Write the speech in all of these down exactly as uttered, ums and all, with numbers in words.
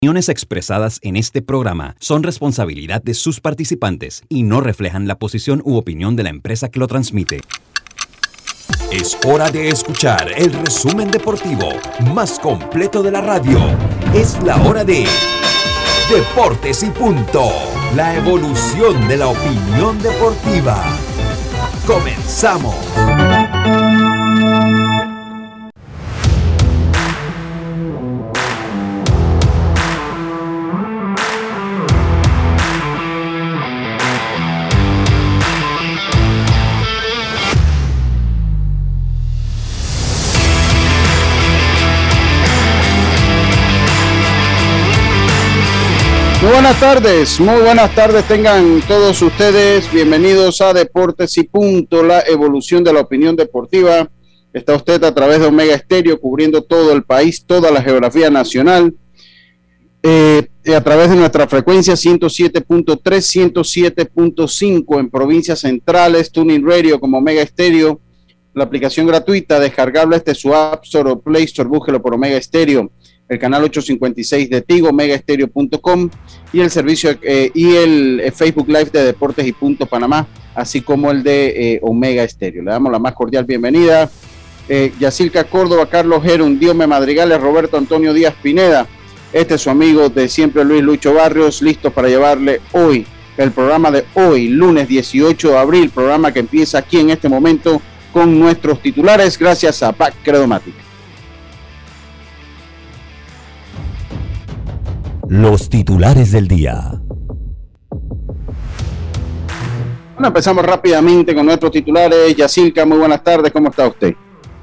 Opiniones expresadas en este programa son responsabilidad de sus participantes y no reflejan la posición u opinión de la empresa que lo transmite. Es hora de escuchar el resumen deportivo más completo de la radio. Es la hora de Deportes y Punto. La evolución de la opinión deportiva. ¡Comenzamos! Muy buenas tardes, muy buenas tardes tengan todos ustedes, bienvenidos a Deportes y Punto, la evolución de la opinión deportiva. Está usted a través de Omega Estéreo cubriendo todo el país, toda la geografía nacional, eh, a través de nuestra frecuencia ciento siete punto tres, ciento siete punto cinco en provincias centrales, Tuning Radio como Omega Estéreo, la aplicación gratuita, descargable desde su App Store o Play Store, búsquelo por Omega Estéreo. El canal ochocientos cincuenta y seis de Tigo, omega estéreo punto com y el servicio eh, y el eh, Facebook Live de Deportes y Punto Panamá, así como el de eh, Omega Estéreo. Le damos la más cordial bienvenida. Eh, Yacirca Córdoba, Carlos Gerón, Diome Madrigales, Roberto Antonio Díaz Pineda. Este es su amigo de siempre, Luis Lucho Barrios, listo para llevarle hoy el programa de hoy, lunes dieciocho de abril, programa que empieza aquí en este momento con nuestros titulares, gracias a P A C Credomatic. Los titulares del día. Bueno, empezamos rápidamente con nuestros titulares. Yacirca, muy buenas tardes, ¿cómo está usted?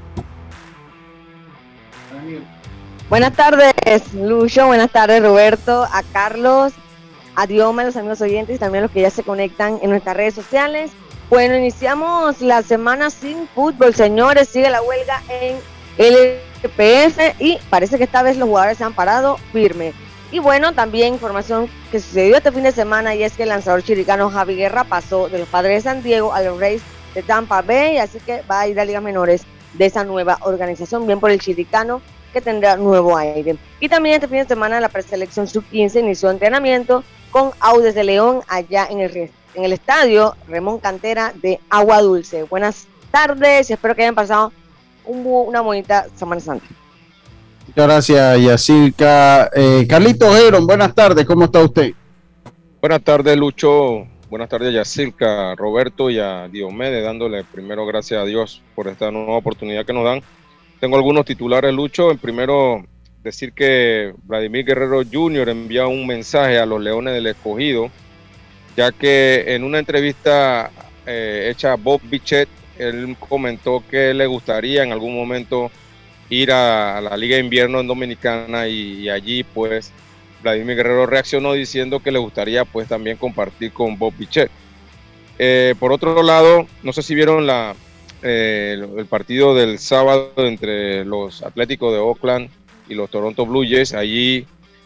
Buenas tardes, Lucho, buenas tardes, Roberto, a Carlos, a Dioma, a los amigos oyentes y también a los que ya se conectan en nuestras redes sociales. Bueno, iniciamos la semana sin fútbol, señores, sigue la huelga en el L P F y parece que esta vez los jugadores se han parado firme. Y bueno, también información que sucedió este fin de semana y es que el lanzador chiricano Javi Guerra pasó de los Padres de San Diego a los Rays de Tampa Bay, así que va a ir a ligas menores de esa nueva organización, bien por el chiricano que tendrá nuevo aire. Y también este fin de semana la preselección sub quince inició entrenamiento con Audes de León allá en el, en el estadio Ramón Cantera de Agua Dulce. Buenas tardes y espero que hayan pasado un, una bonita Semana Santa. Muchas gracias, Yacirca. Eh, Carlito Gerón, buenas tardes, ¿cómo está usted? Buenas tardes, Lucho. Buenas tardes, Yacirca, Roberto y a Diomedes, dándole primero gracias a Dios por esta nueva oportunidad que nos dan. Tengo algunos titulares, Lucho. En primero, decir que Vladimir Guerrero junior envía un mensaje a los Leones del Escogido, ya que en una entrevista eh, hecha a Bob Bichette, él comentó que le gustaría en algún momento ir a, a la Liga de Invierno en Dominicana y, y allí pues Vladimir Guerrero reaccionó diciendo que le gustaría pues también compartir con Bob Bichette. Eh, por otro lado, no sé si vieron la, eh, el, el partido del sábado entre los Atléticos de Oakland y los Toronto Blue Jays. Allí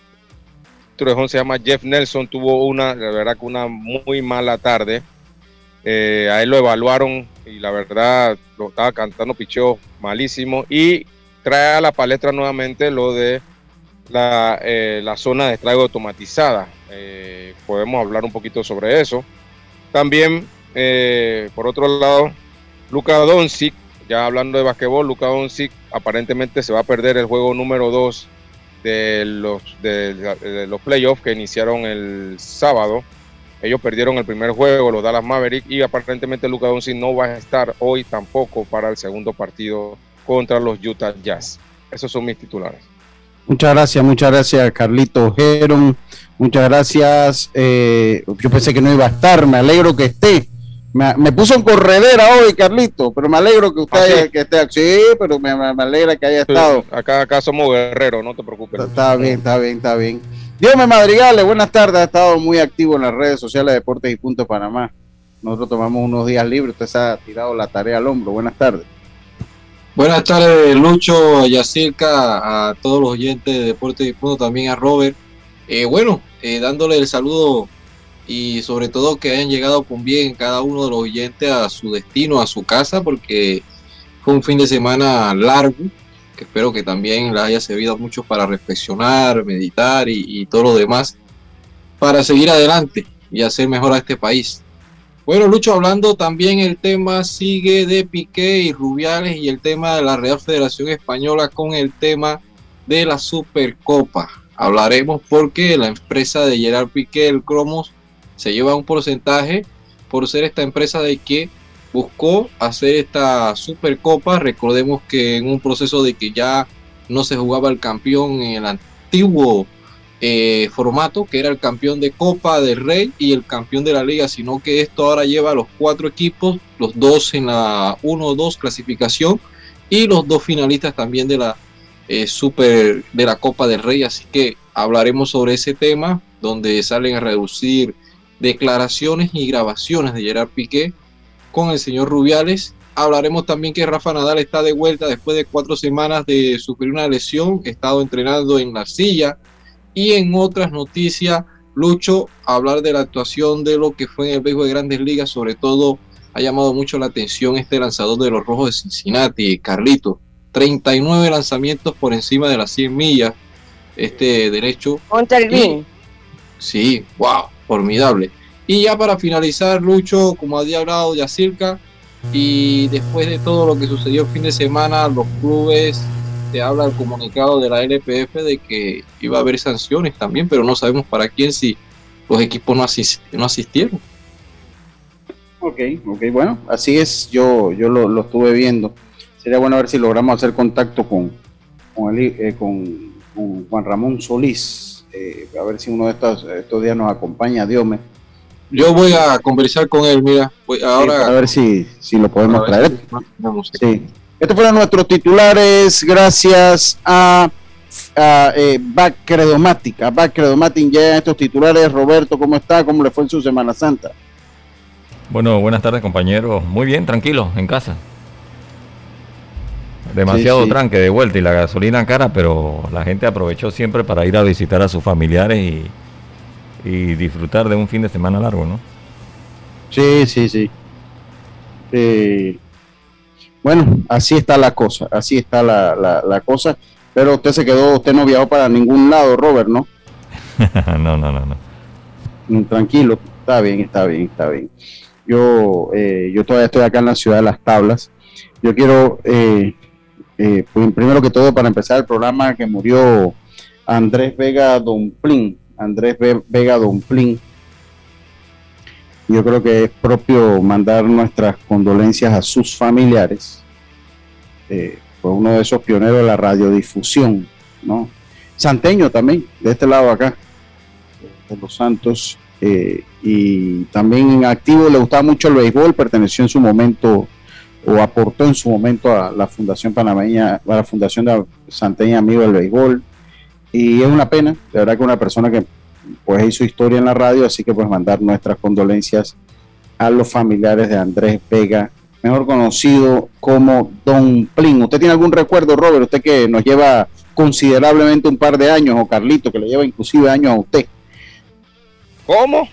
Torrejón se llama Jeff Nelson, tuvo una, la verdad que una muy mala tarde. Eh, a él lo evaluaron y la verdad lo estaba cantando picheo malísimo y trae a la palestra nuevamente lo de la, eh, la zona de estragos automatizada. Eh, podemos hablar un poquito sobre eso. También, eh, por otro lado, Luka Doncic, ya hablando de basquetbol, Luka Doncic aparentemente se va a perder el juego número dos de los, de, de los playoffs que iniciaron el sábado. Ellos perdieron el primer juego, los Dallas Mavericks, y aparentemente Luka Doncic no va a estar hoy tampoco para el segundo partido contra los Utah Jazz. Esos son mis titulares. Muchas gracias, muchas gracias, Carlito Gerón. Muchas gracias. Eh, yo pensé que no iba a estar, me alegro que esté. Me, me puso en corredera hoy, Carlito, pero me alegro que usted ¿Ah, sí? haya, que esté. Sí, pero me, me alegra que haya estado. Acá, acá somos guerreros, no te preocupes. Está, está bien, está bien, está bien. Diome Madrigales, buenas tardes. Ha estado muy activo en las redes sociales de Deportes y Punto Panamá. Nosotros tomamos unos días libres. Usted se ha tirado la tarea al hombro. Buenas tardes. Buenas tardes, Lucho, a Yacirca, a todos los oyentes de Deportes y Punto, también a Robert. Eh, bueno, eh, dándole el saludo y sobre todo que hayan llegado con bien cada uno de los oyentes a su destino, a su casa, porque fue un fin de semana largo que espero que también les haya servido mucho para reflexionar, meditar y, y todo lo demás, para seguir adelante y hacer mejor a este país. Bueno, Lucho, hablando también el tema sigue de Piqué y Rubiales y el tema de la Real Federación Española con el tema de la Supercopa. Hablaremos porque la empresa de Gerard Piqué, el Cromos, se lleva un porcentaje por ser esta empresa de que buscó hacer esta Supercopa. Recordemos que en un proceso de que ya no se jugaba el campeón en el antiguo Eh, formato, que era el campeón de Copa del Rey y el campeón de la Liga, sino que esto ahora lleva a los cuatro equipos, los dos en la uno dos clasificación y los dos finalistas también de la eh, Super de la Copa del Rey. Así que hablaremos sobre ese tema, donde salen a reducir declaraciones y grabaciones de Gerard Piqué con el señor Rubiales. Hablaremos también que Rafa Nadal está de vuelta después de cuatro semanas de sufrir una lesión, ha estado entrenando en la silla. Y en otras noticias, Lucho, hablar de la actuación de lo que fue en el béisbol de Grandes Ligas. Sobre todo ha llamado mucho la atención este lanzador de los Rojos de Cincinnati, Carlito, treinta y nueve lanzamientos por encima de las cien millas, este derecho. Y, sí, wow, formidable. Y ya para finalizar, Lucho, como había hablado Yacirca, y después de todo lo que sucedió el fin de semana, los clubes, se habla el comunicado de la L P F de que iba a haber sanciones también, pero no sabemos para quién, si los equipos no, asist, no asistieron. Ok, ok, bueno, así es, yo, yo lo, lo estuve viendo. Sería bueno ver si logramos hacer contacto con, con, el, eh, con, con Juan Ramón Solís, eh, a ver si uno de estos, estos días nos acompaña, Dios me. Yo voy a conversar con él, mira, voy ahora sí, a ver si, si lo podemos traer. Si sí. Estos fueron nuestros titulares, gracias a, a eh, Bacredomatic. A Bacredomatic ya estos titulares. Roberto, ¿cómo está? ¿Cómo le fue en su Semana Santa? Bueno, buenas tardes, compañeros. Muy bien, tranquilo, en casa. Demasiado sí, sí. tranque de vuelta y la gasolina cara, pero la gente aprovechó siempre para ir a visitar a sus familiares y, y disfrutar de un fin de semana largo, ¿no? Sí, sí, sí. Eh, bueno, así está la cosa, así está la, la, la cosa, pero usted se quedó, usted no viajó para ningún lado, Robert, ¿no? no, no, no, no. Tranquilo, está bien, está bien, está bien. Yo, eh, yo todavía estoy acá en la ciudad de Las Tablas. Yo quiero, eh, eh, pues, primero que todo, para empezar el programa, que murió Andrés Vega Domplín, Andrés Vega Domplín. Yo creo que es propio mandar nuestras condolencias a sus familiares. Eh, fue uno de esos pioneros de la radiodifusión, ¿no? Santeño también, de este lado acá, de Los Santos. Eh, y también activo, le gustaba mucho el béisbol, perteneció en su momento o aportó en su momento a la Fundación Panameña, a la Fundación de Santeña Amigo del Béisbol. Y es una pena, de verdad que una persona que pues hizo historia en la radio, así que pues mandar nuestras condolencias a los familiares de Andrés Vega, mejor conocido como Don Plin. ¿Usted tiene algún recuerdo, Robert? Usted que nos lleva considerablemente un par de años, o Carlito, que le lleva inclusive años a usted. ¿Cómo?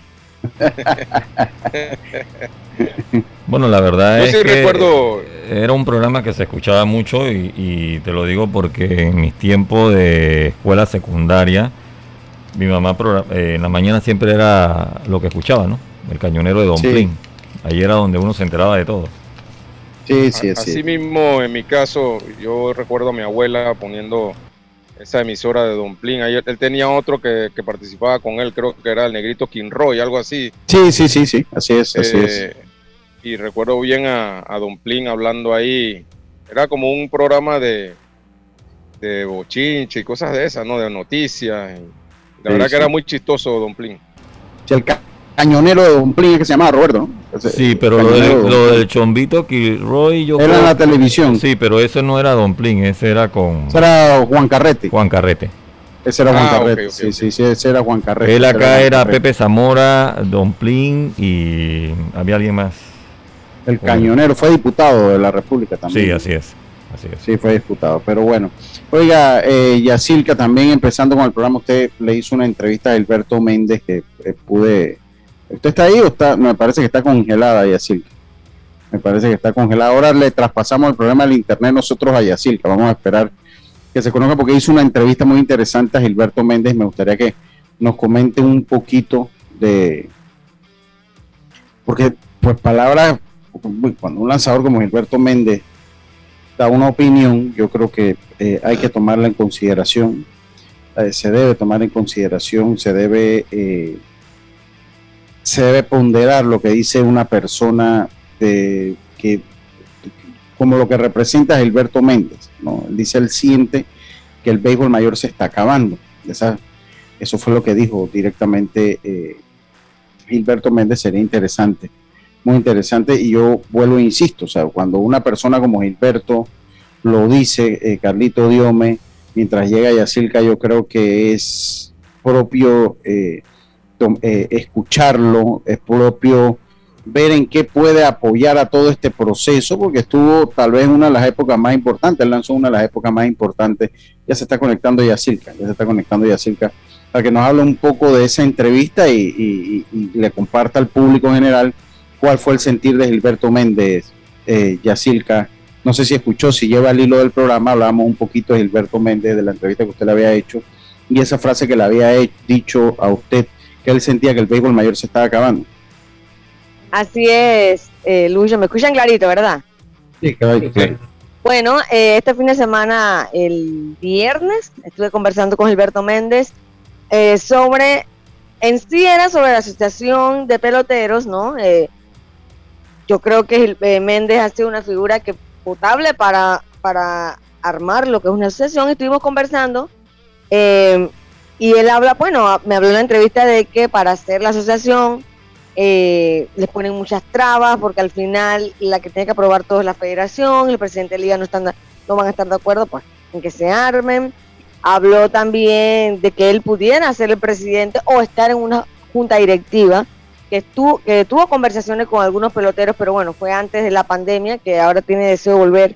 Bueno, la verdad Yo es sí que recuerdo... era un programa que se escuchaba mucho y, y te lo digo porque en mis tiempos de escuela secundaria, mi mamá eh, en la mañana siempre era lo que escuchaba, ¿no? El cañonero de Don sí. Plin. Ahí era donde uno se enteraba de todo. Sí, sí, sí. Así mismo, en mi caso, yo recuerdo a mi abuela poniendo esa emisora de Don Plin. Ahí él tenía otro que, que participaba con él, creo que era el Negrito Kinroy, algo así. Sí, sí, sí, sí, así es, así eh, es. Y recuerdo bien a, a Don Plin hablando ahí. Era como un programa de, de bochinche y cosas de esas, ¿no? De noticias. La sí, verdad sí. que era muy chistoso Don Plin. Sí, el ca- cañonero de Don Plin es que se llamaba Roberto, ¿no? Ese, sí, pero lo, de, lo del Chombito Kilroy yo era creo, en la televisión. Sí, pero eso no era Don Plin, ese era con... Ese era Juan Carrete. Juan Carrete. Ese era Juan ah, Carrete, okay, okay, sí, okay. sí, sí, ese era Juan Carrete. Él acá era, era Pepe Zamora, Don Plin y había alguien más. El cañonero, fue diputado de la República también. Sí, así es. Así es. Sí, fue diputado, pero bueno. Oiga, eh, Yacirca, también empezando con el programa, usted le hizo una entrevista a Alberto Méndez que eh, pude... ¿Usted está ahí o está? Me parece que está congelada, Yacirca. Me parece que está congelada. Ahora le traspasamos el problema del internet nosotros a Yacirca. Vamos a esperar que se conozca porque hizo una entrevista muy interesante a Gilberto Méndez. Me gustaría que nos comente un poquito de, porque pues palabras, cuando un lanzador como Gilberto Méndez da una opinión, yo creo que eh, hay que tomarla en consideración, eh, se debe tomar en consideración, se debe eh, se debe ponderar lo que dice una persona de, que como lo que representa Gilberto Méndez, ¿no? Él dice, él siente que el béisbol mayor se está acabando. Esa, eso fue lo que dijo directamente eh, Gilberto Méndez. Sería interesante, muy interesante, y yo vuelvo e insisto, o sea, cuando una persona como Gilberto lo dice, eh, Carlito Diome, mientras llega Yacirca, yo creo que es propio eh, tom, eh, escucharlo, es propio ver en qué puede apoyar a todo este proceso, porque estuvo tal vez en una de las épocas más importantes, él lanzó una de las épocas más importantes. Ya se está conectando Yacirca, ya se está conectando Yacirca, para que nos hable un poco de esa entrevista y, y, y, y le comparta al público en general cuál fue el sentir de Gilberto Méndez. eh, Yacirca, no sé si escuchó, si lleva el hilo del programa, hablábamos un poquito de Gilberto Méndez, de la entrevista que usted le había hecho, y esa frase que le había hecho, dicho a usted, que él sentía que el béisbol mayor se estaba acabando. Así es, eh, Lucho, me escuchan clarito, ¿verdad? Sí, clarito. Sí. Bueno, eh, este fin de semana, el viernes, estuve conversando con Gilberto Méndez eh, sobre, en sí era sobre la asociación de peloteros, ¿no? Eh, yo creo que eh, Méndez ha sido una figura que potable para, para armar lo que es una asociación. Estuvimos conversando eh, y él habla, bueno, me habló en la entrevista de que para hacer la asociación Eh, les ponen muchas trabas porque al final la que tiene que aprobar todo es la federación, el presidente de la liga no, están, no van a estar de acuerdo pues en que se armen. Habló también de que él pudiera ser el presidente o estar en una junta directiva que, estuvo, que tuvo conversaciones con algunos peloteros, pero bueno, fue antes de la pandemia, que ahora tiene deseo de volver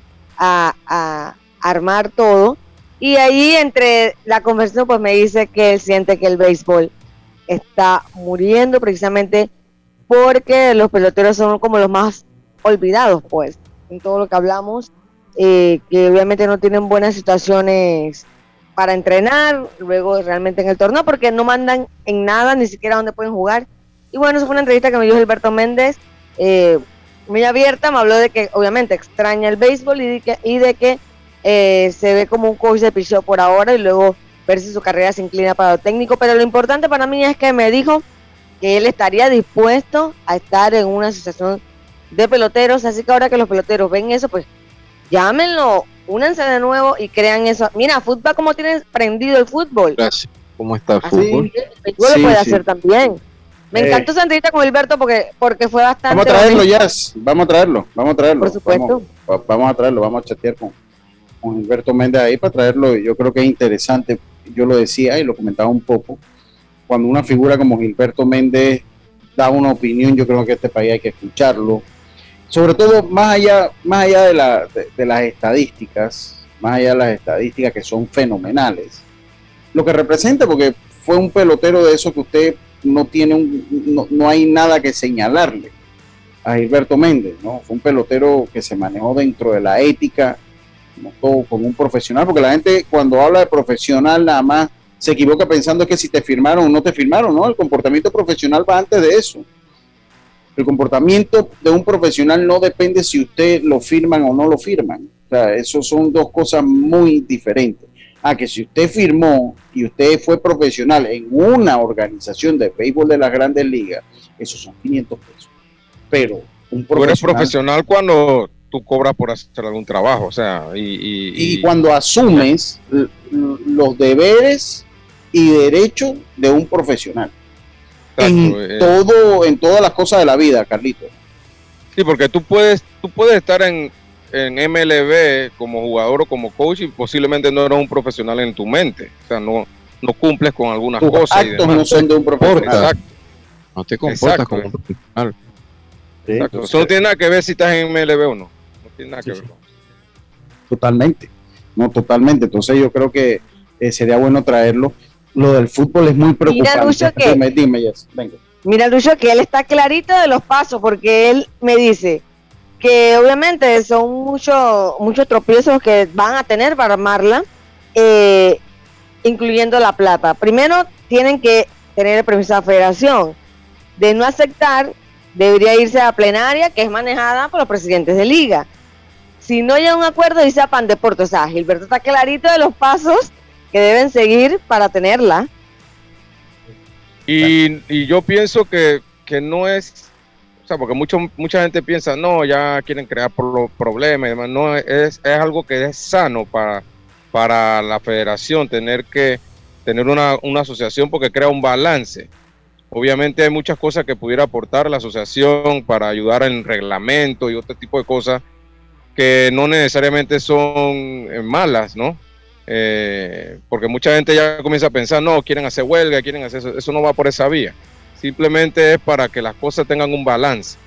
a, a armar todo. Y ahí entre la conversación pues me dice que él siente que el béisbol está muriendo precisamente porque los peloteros son como los más olvidados pues en todo lo que hablamos, eh, que obviamente no tienen buenas situaciones para entrenar luego realmente en el torneo porque no mandan en nada, ni siquiera dónde pueden jugar. Y bueno, eso fue una entrevista que me dio Gilberto Méndez, eh, muy abierta. Me habló de que obviamente extraña el béisbol y de que, y de que eh, se ve como un coach de picheo por ahora y luego ver si su carrera se inclina para lo técnico, pero lo importante para mí es que me dijo que él estaría dispuesto a estar en una asociación de peloteros, así que ahora que los peloteros ven eso, pues llámenlo, únanse de nuevo y crean eso. Mira, fútbol, ¿cómo tienes prendido el fútbol? Gracias. ¿Cómo está el Así, fútbol? El fútbol Sí, lo puede sí. hacer también. Me Eh. encantó esa entrevista con Gilberto porque, porque fue bastante... Vamos a traerlo, honesto. Jazz, vamos a traerlo, vamos a traerlo. Por supuesto. Vamos, vamos a traerlo, vamos a chatear con, con Gilberto Méndez ahí para traerlo. Yo creo que es interesante. Yo lo decía y lo comentaba un poco, cuando una figura como Gilberto Méndez da una opinión, yo creo que este país hay que escucharlo, sobre todo más allá, más allá de, la, de, de las estadísticas, más allá de las estadísticas que son fenomenales, lo que representa, porque fue un pelotero de eso que usted no tiene, un, no, no hay nada que señalarle a Gilberto Méndez, ¿no? Fue un pelotero que se manejó dentro de la ética, como todo, como un profesional, porque la gente cuando habla de profesional nada más se equivoca pensando que si te firmaron o no te firmaron, ¿no? El comportamiento profesional va antes de eso. El comportamiento de un profesional no depende si usted lo firman o no lo firman. O sea, eso son dos cosas muy diferentes. Ah, que si usted firmó y usted fue profesional en una organización de béisbol de las Grandes Ligas, esos son quinientos pesos. Pero un Tú eres profesional... profesional cuando tú cobras por hacer algún trabajo, o sea, y... Y, y y cuando asumes l- los deberes y derechos de un profesional. exacto, en eh, todo, en todas las cosas de la vida, Carlito. sí, porque tú puedes, tú puedes estar en, en M L B como jugador o como coach y posiblemente no eres un profesional en tu mente, o sea, no, no cumples con algunas Tus cosas y actos demás. no son de un profesional. Exacto, No te comportas Exacto. como un profesional. Sí, exacto. entonces, Eso no tiene nada que ver si estás en M L B o no, no tiene nada Sí, que sí. ver. totalmente, no, totalmente. Entonces yo creo que eh, sería bueno traerlo. Lo del fútbol es muy preocupante. Lucho, que- Dime, dime, Jess, venga. Mira, Lucho, que él está clarito de los pasos porque él me dice, que obviamente son muchos muchos tropiezos que van a tener para armarla, eh, incluyendo la plata. Primero tienen que tener el permiso de la federación. De no aceptar, debería irse a plenaria, que es manejada por los presidentes de liga. Si no llega a un acuerdo, dice a Pandeporte. O sea, Gilberto está clarito de los pasos que deben seguir para tenerla. Y, y yo pienso que, que no es, o sea, porque mucho, mucha gente piensa, no, ya quieren crear pro, problemas y demás. No, es, es algo que es sano para, para la federación tener que tener una, una asociación, porque crea un balance. Obviamente hay muchas cosas que pudiera aportar la asociación para ayudar en reglamento y otro tipo de cosas que no necesariamente son malas, ¿no? Eh, porque mucha gente ya comienza a pensar, no, quieren hacer huelga, quieren hacer eso, eso no va por esa vía. Simplemente es para que las cosas tengan un balance.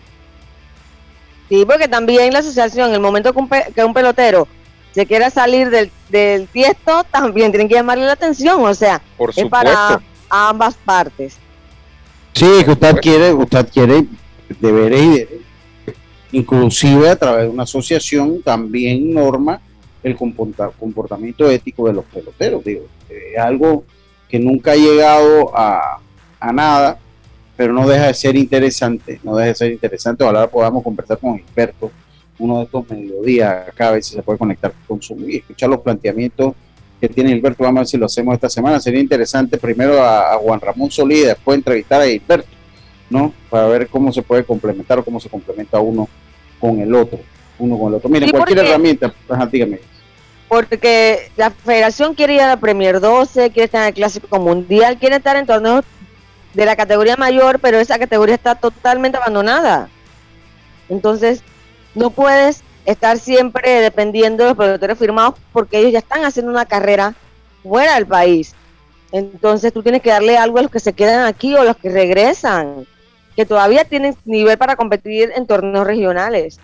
Sí, porque también la asociación, en el momento que un, pe que un pelotero se quiera salir del, del tiesto, también tienen que llamarle la atención, o sea, por es supuesto, para ambas partes. Sí, que usted quiere, usted quiere deberes y derechos. Inclusive a través de una asociación también norma el comportamiento ético de los peloteros. Digo, es algo que nunca ha llegado a, a nada, pero no deja de ser interesante, no deja de ser interesante. Ojalá podamos conversar con expertos uno de estos mediodías acá, a ver si se puede conectar con su y escuchar los planteamientos que tiene Gilberto. Vamos a ver si lo hacemos esta semana. Sería interesante primero a, a Juan Ramón Solís y después entrevistar a Gilberto, ¿no? Para ver cómo se puede complementar o cómo se complementa uno con el otro, uno con el otro. Miren, sí, cualquier porque, herramienta, ajá, dígame. Porque la federación quiere ir a la Premier doce, quiere estar en el Clásico Mundial, quiere estar en torneos de la categoría mayor, pero esa categoría está totalmente abandonada. Entonces, no puedes estar siempre dependiendo de los peloteros firmados, porque ellos ya están haciendo una carrera fuera del país. Entonces tú tienes que darle algo a los que se quedan aquí o los que regresan, que todavía tienen nivel para competir en torneos regionales.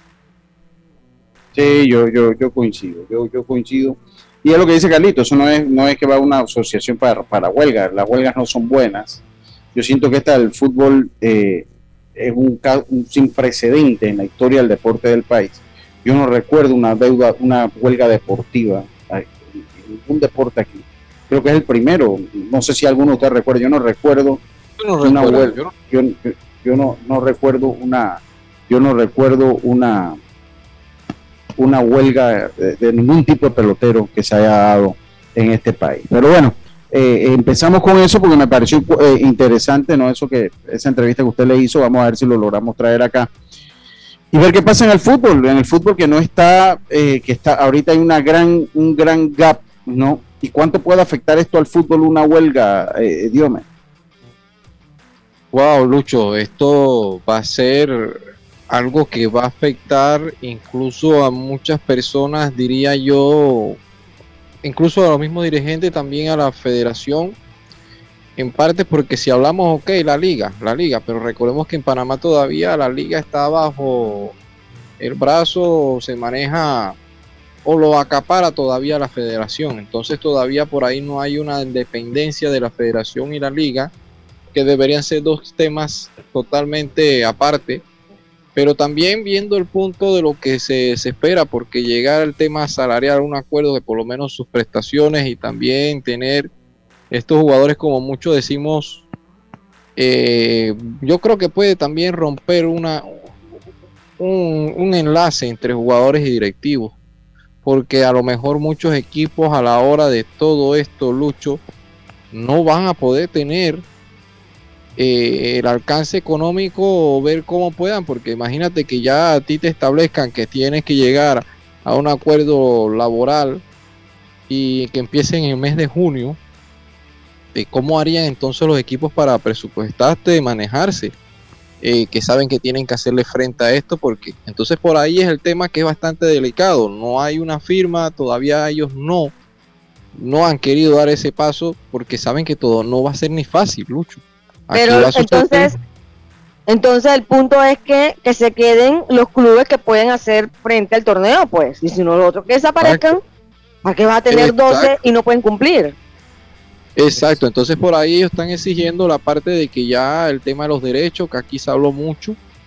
Sí, yo, yo, yo coincido, yo, yo coincido. Y es lo que dice Carlito, eso no es, no es que va a una asociación para, para huelgas, las huelgas no son buenas. Yo siento que esta del fútbol eh, es un, un sin precedente en la historia del deporte del país. Yo no recuerdo una deuda, una huelga deportiva en ningún deporte aquí. Creo que es el primero. No sé si alguno de ustedes recuerda. Yo no recuerdo yo no una recuerdo, huelga. Yo, yo, yo, yo no, no recuerdo una. Yo no recuerdo una una huelga de, de ningún tipo de pelotero que se haya dado en este país. Pero bueno, eh, empezamos con eso porque me pareció eh, interesante, ¿no? Eso que esa entrevista que usted le hizo. Vamos a ver si lo logramos traer acá y ver qué pasa en el fútbol, en el fútbol que no está, eh, que está, ahorita hay una gran, un gran gap, ¿no? ¿Y cuánto puede afectar esto al fútbol una huelga, eh, Diome? Wow, Lucho, esto va a ser algo que va a afectar incluso a muchas personas, diría yo, incluso a los mismos dirigentes, también a la federación, en parte porque si hablamos, ok, la liga, la liga, pero recordemos que en Panamá todavía la liga está bajo el brazo, se maneja o lo acapara todavía la federación, entonces todavía por ahí no hay una independencia de la federación y la liga, que deberían ser dos temas totalmente aparte, pero también viendo el punto de lo que se, se espera, porque llegar al tema salarial, un acuerdo de por lo menos sus prestaciones y también tener estos jugadores, como muchos decimos, eh, yo creo que puede también romper una un, un enlace entre jugadores y directivos, porque a lo mejor muchos equipos a la hora de todo esto, Lucho, no van a poder tener eh, el alcance económico o ver cómo puedan, porque imagínate que ya a ti te establezcan que tienes que llegar a un acuerdo laboral y que empiecen en el mes de junio. ¿Cómo harían entonces los equipos para presupuestarte, manejarse? Eh, que saben que tienen que hacerle frente a esto, porque entonces por ahí es el tema que es bastante delicado. No hay una firma, todavía ellos no, no han querido dar ese paso porque saben que todo no va a ser ni fácil, Lucho. Aquí Pero entonces, entonces el punto es que, que se queden los clubes que pueden hacer frente al torneo, pues, y si no los otros que desaparezcan, ¿para qué va a tener Exacto. doce y no pueden cumplir? Exacto, entonces por ahí ellos están exigiendo la parte de que ya el tema de los derechos, que aquí se habló mucho,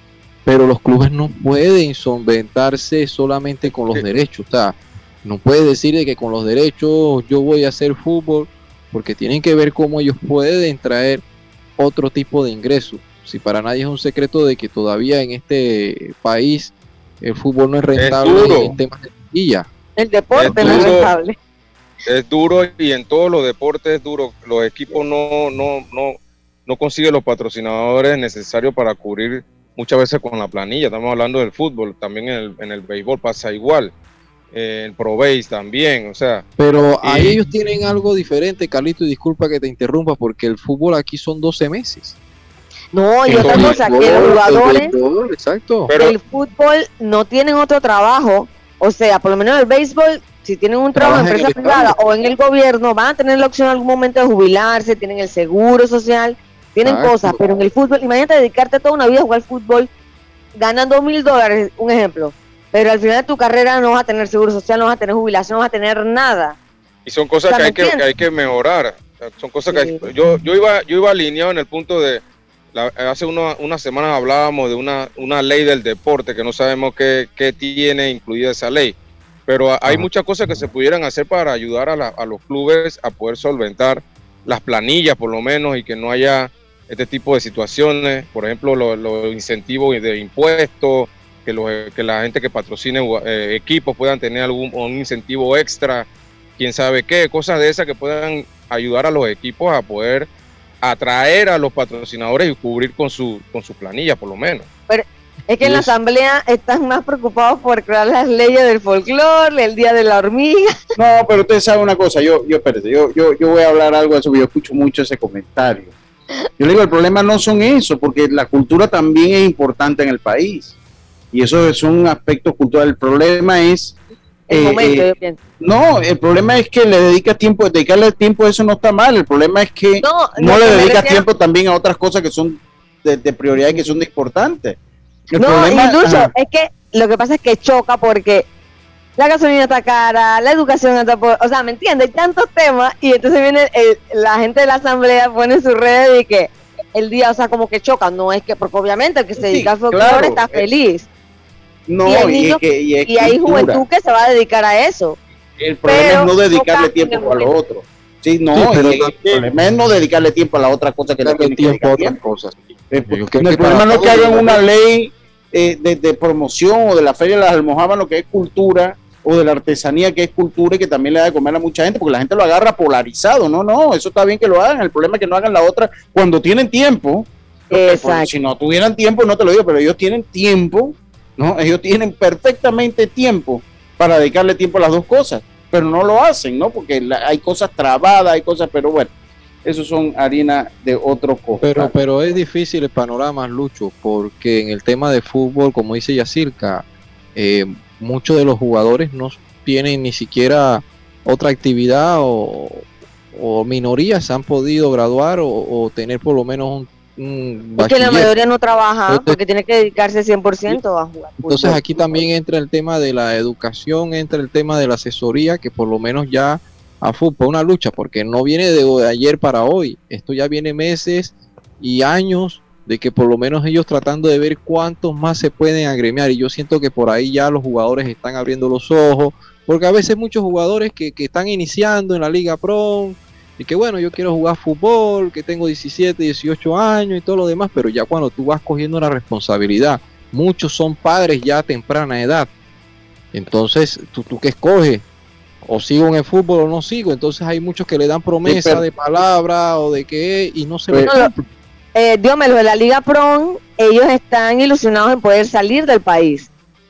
pero los clubes no pueden solventarse solamente con los Sí. derechos. O sea, no puedes decir de que con los derechos yo voy a hacer fútbol, porque tienen que ver cómo ellos pueden traer otro tipo de ingresos. Si para nadie es un secreto de que todavía en este país el fútbol no es rentable duro. en temas de taquilla. El deporte Es no es duro. rentable. Es duro y en todos los deportes es duro. Los equipos no, no, no, no consiguen los patrocinadores necesarios para cubrir muchas veces con la planilla. Estamos hablando del fútbol, también en el, en el béisbol pasa igual. Eh, en Pro Base también, o sea. Pero ahí y- ellos tienen algo diferente, Carlito, y disculpa que te interrumpa, porque el fútbol aquí son doce meses. No, y El otra béisbol, cosa, que los jugadores El béisbol, exacto. Pero- del fútbol no tienen otro trabajo. O sea, por lo menos el béisbol, si tienen un trabajo en Trabajan en empresa el privada estadio. o en el gobierno, van a tener la opción en algún momento de jubilarse, tienen el seguro social, tienen Exacto. cosas, pero en el fútbol, imagínate dedicarte toda una vida a jugar fútbol, ganando mil dólares, un ejemplo, pero al final de tu carrera no vas a tener seguro social, no vas a tener jubilación, no vas a tener nada. Y son cosas O sea, que, ¿me hay que, entiendes? que hay que mejorar. O sea, son cosas Sí. que hay- yo, yo iba, yo iba alineado en el punto de la- hace uno- unas semanas hablábamos de una, una ley del deporte que no sabemos qué, qué tiene incluida esa ley. Pero hay Ajá. muchas cosas que se pudieran hacer para ayudar a, la- a los clubes a poder solventar las planillas por lo menos y que no haya este tipo de situaciones. Por ejemplo, los, los incentivos de impuestos, que, los, que la gente que patrocine eh, equipos puedan tener algún un incentivo extra, quién sabe qué, cosas de esas que puedan ayudar a los equipos a poder atraer a los patrocinadores y cubrir con su, con su planilla por lo menos. Es que en la Yes. asamblea están más preocupados por crear las leyes del folclore, el día de la hormiga. No, pero usted sabe una cosa, yo, yo, espérate, yo, yo, yo voy a hablar algo de eso, porque yo escucho mucho ese comentario. Yo le digo, el problema no son eso, porque la cultura también es importante en el país. Y eso son aspectos culturales. El problema es... El eh, momento, eh, yo pienso. no, el problema es que le dedicas tiempo, dedicarle tiempo, eso no está mal. El problema es que No, no lo le que me dedicas refiero- tiempo también a otras cosas que son de, de prioridad y que son importantes. El no, problema, y Lucho, ajá, es que lo que pasa es que choca porque la gasolina está cara, la educación está por... O sea, ¿me entiendes? Hay tantos temas y entonces viene el- la gente de la asamblea, pone en sus redes y que el día, o sea, como que choca. No es que, porque obviamente el que se Sí, dedica al folclore claro, está eh, feliz. no, y hay y, es niños- que, y es Y hay cultura. juventud que se va a dedicar a eso. El problema pero es no dedicarle toca tiempo en el a lo momento. otro. Sí, no, Sí, pero y el también- problema es no dedicarle tiempo a la otra cosa que le Darle tiene que tiempo a dedicar otras tiempo. cosas. Eh, Yo no, creo el que problema para no es que todos, hagan ¿no? una ley eh, de, de promoción o de la Feria de las Almojábanas, lo que es cultura, o de la artesanía que es cultura y que también le da de comer a mucha gente, porque la gente lo agarra polarizado. No, no, eso está bien que lo hagan. El problema es que no hagan la otra cuando tienen tiempo. Porque, Exacto. porque si no tuvieran tiempo, no te lo digo, pero ellos tienen tiempo, ¿no? Ellos tienen perfectamente tiempo para dedicarle tiempo a las dos cosas, pero no lo hacen, ¿no? Porque la- hay cosas trabadas, hay cosas, pero bueno, eso son harina de otro costal. Pero, pero es difícil el panorama, Lucho, porque en el tema de fútbol, como dice Yacirca, eh, muchos de los jugadores no tienen ni siquiera otra actividad o, o minorías han podido graduar o, o tener por lo menos un, un Es que la bachiller. mayoría no trabaja Entonces- porque tiene que dedicarse cien por ciento a jugar. Entonces fútbol. aquí también entra el tema de la educación, entra el tema de la asesoría, que por lo menos ya a fútbol una lucha, porque no viene de ayer para hoy, esto ya viene meses y años de que por lo menos ellos tratando de ver cuántos más se pueden agremiar, y yo siento que por ahí ya los jugadores están abriendo los ojos, porque a veces muchos jugadores que, que están iniciando en la Liga Pro, y que bueno, yo quiero jugar fútbol, que tengo diecisiete, dieciocho años y todo lo demás, pero ya cuando tú vas cogiendo una responsabilidad, muchos son padres ya a temprana edad, entonces tú, tú qué escoges, o sigo en el fútbol o no sigo, entonces hay muchos que le dan promesa pero- de palabra o de qué y no se Pero- lo No, lo- cumplen. eh, Dios lo de la Liga Pro, ellos están ilusionados en poder salir del país.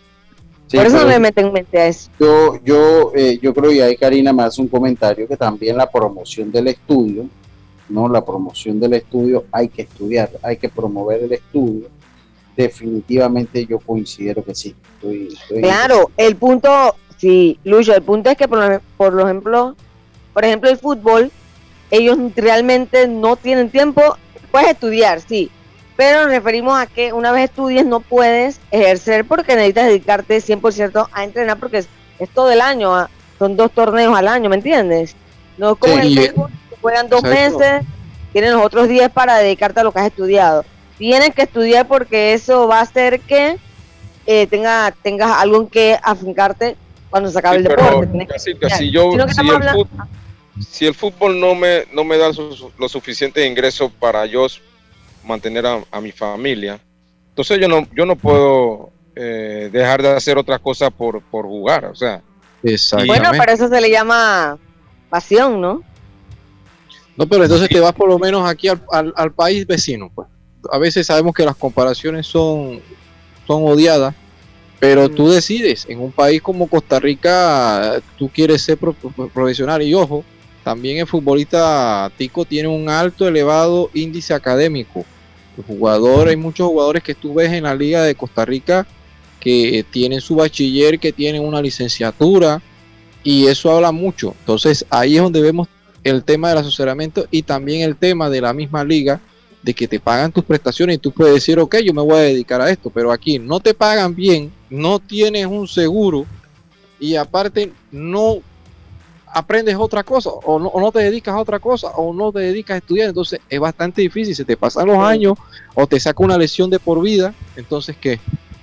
Sí, Por eso pero no me meten en mente a eso. yo, yo, eh, yo creo, y ahí Karina me hace un comentario, que también la promoción del estudio, ¿no? La promoción del estudio hay que estudiar, hay que promover el estudio. Definitivamente yo considero que sí. Estoy- estoy- Claro, el punto, sí, Lucho, el punto es que por, lo- por lo ejemplo, por ejemplo el fútbol, ellos realmente no tienen tiempo, puedes estudiar, sí, pero nos referimos a que una vez estudies no puedes ejercer porque necesitas dedicarte cien por ciento a entrenar porque es, es todo el año, ah, son dos torneos al año, ¿me entiendes? No es como Sí, en el y- béisbol, que juegan dos exacto. meses, tienen los otros diez para dedicarte a lo que has estudiado. tienes que estudiar porque eso va a hacer que eh, tenga, tengas algo en que afincarte cuando se acabe sí, el deporte. Tienes casi, que si, yo, si, no si, el fútbol, si el fútbol no me, no me da su, lo suficiente ingreso para yo mantener a, a mi familia, entonces yo no, yo no puedo eh, dejar de hacer otras cosas por, por jugar, o sea. Bueno, para eso se le llama pasión, ¿no? No, pero entonces te vas por lo menos aquí al, al, al país vecino, pues. A veces sabemos que las comparaciones son, son odiadas, pero mm. tú decides, en un país como Costa Rica, tú quieres ser pro, pro, profesional, y ojo, también el futbolista tico tiene un alto, elevado índice académico. El jugador, hay muchos jugadores que tú ves en la liga de Costa Rica que tienen su bachiller, que tienen una licenciatura, y eso habla mucho. Entonces ahí es donde vemos el tema del asesoramiento y también el tema de la misma liga, de que te pagan tus prestaciones y tú puedes decir, ok, yo me voy a dedicar a esto, pero aquí no te pagan bien, no tienes un seguro y aparte no aprendes otra cosa, o no, o no te dedicas a otra cosa, o no te dedicas a estudiar. Entonces es bastante difícil, se te pasan los años o te saca una lesión de por vida. Entonces, ¿qué?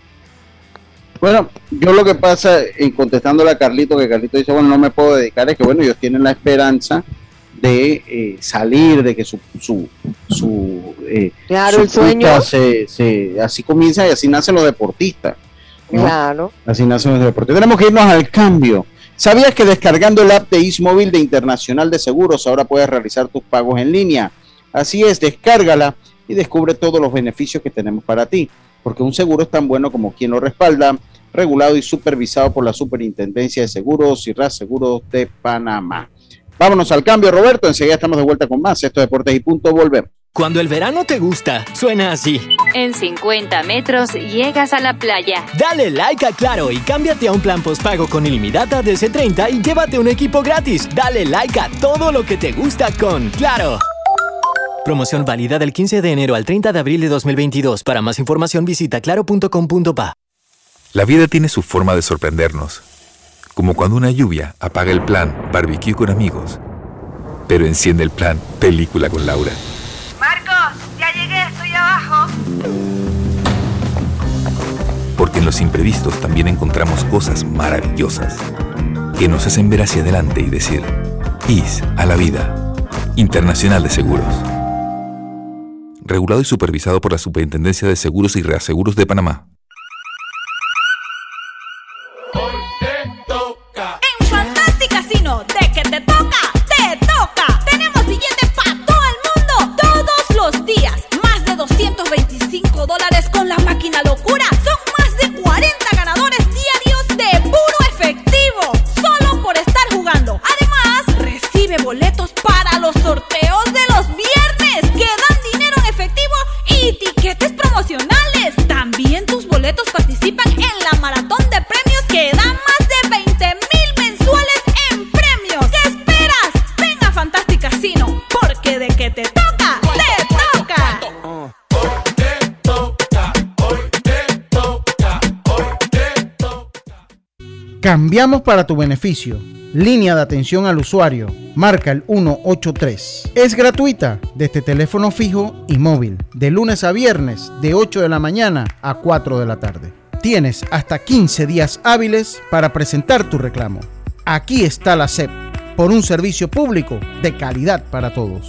Bueno, yo lo que pasa, en contestándole a Carlito, que Carlito dice, bueno, no me puedo dedicar, es que bueno, ellos tienen la esperanza de eh, salir, de que su su, su eh, claro, su el sueño se, se, así comienza y así nacen los deportistas, ¿no? Claro, así nacen los deportistas. Tenemos que irnos al cambio. ¿Sabías que descargando el app de Ismóvil de Internacional de Seguros ahora puedes realizar tus pagos en línea? Así es, descárgala y descubre todos los beneficios que tenemos para ti, porque un seguro es tan bueno como quien lo respalda, regulado y supervisado por la Superintendencia de Seguros y Reaseguros de Panamá. Vámonos al cambio, Roberto. Enseguida estamos de vuelta con más. Esto es Deportes y Punto. Volvemos. Cuando el verano te gusta, suena así. En cincuenta metros llegas a la playa. Dale like a Claro y cámbiate a un plan postpago con ilimitada de C treinta y llévate un equipo gratis. Dale like a todo lo que te gusta con Claro. Promoción válida del quince de enero al treinta de abril de dos mil veintidós. Para más información visita claro punto com punto pa. La vida tiene su forma de sorprendernos. Como cuando una lluvia apaga el plan barbecue con amigos, pero enciende el plan película con Laura. Marcos, ya llegué, estoy abajo. Porque en los imprevistos también encontramos cosas maravillosas que nos hacen ver hacia adelante y decir, I S a la vida. Internacional de Seguros. Regulado y supervisado por la Superintendencia de Seguros y Reaseguros de Panamá. De que te toca, te toca. Tenemos billetes para todo el mundo, todos los días. Más de doscientos veinticinco dólares con la máquina locura. Son más de cuarenta ganadores diarios de puro efectivo, solo por estar jugando. Además, recibe boletos para los sorteos de los viernes, que dan dinero en efectivo y tiquetes promocionales. También tus boletos participan en la maratón de premios que dan más de veinte mil mensuales. Casino, porque de que te toca, te toca. Hoy te toca, hoy te toca, hoy te toca. Cambiamos para tu beneficio. Línea de atención al usuario. Marca el uno ocho tres. Es gratuita desde teléfono fijo y móvil, de lunes a viernes, de ocho de la mañana a cuatro de la tarde. Tienes hasta quince días hábiles para presentar tu reclamo. Aquí está la S E P. Por un servicio público de calidad para todos.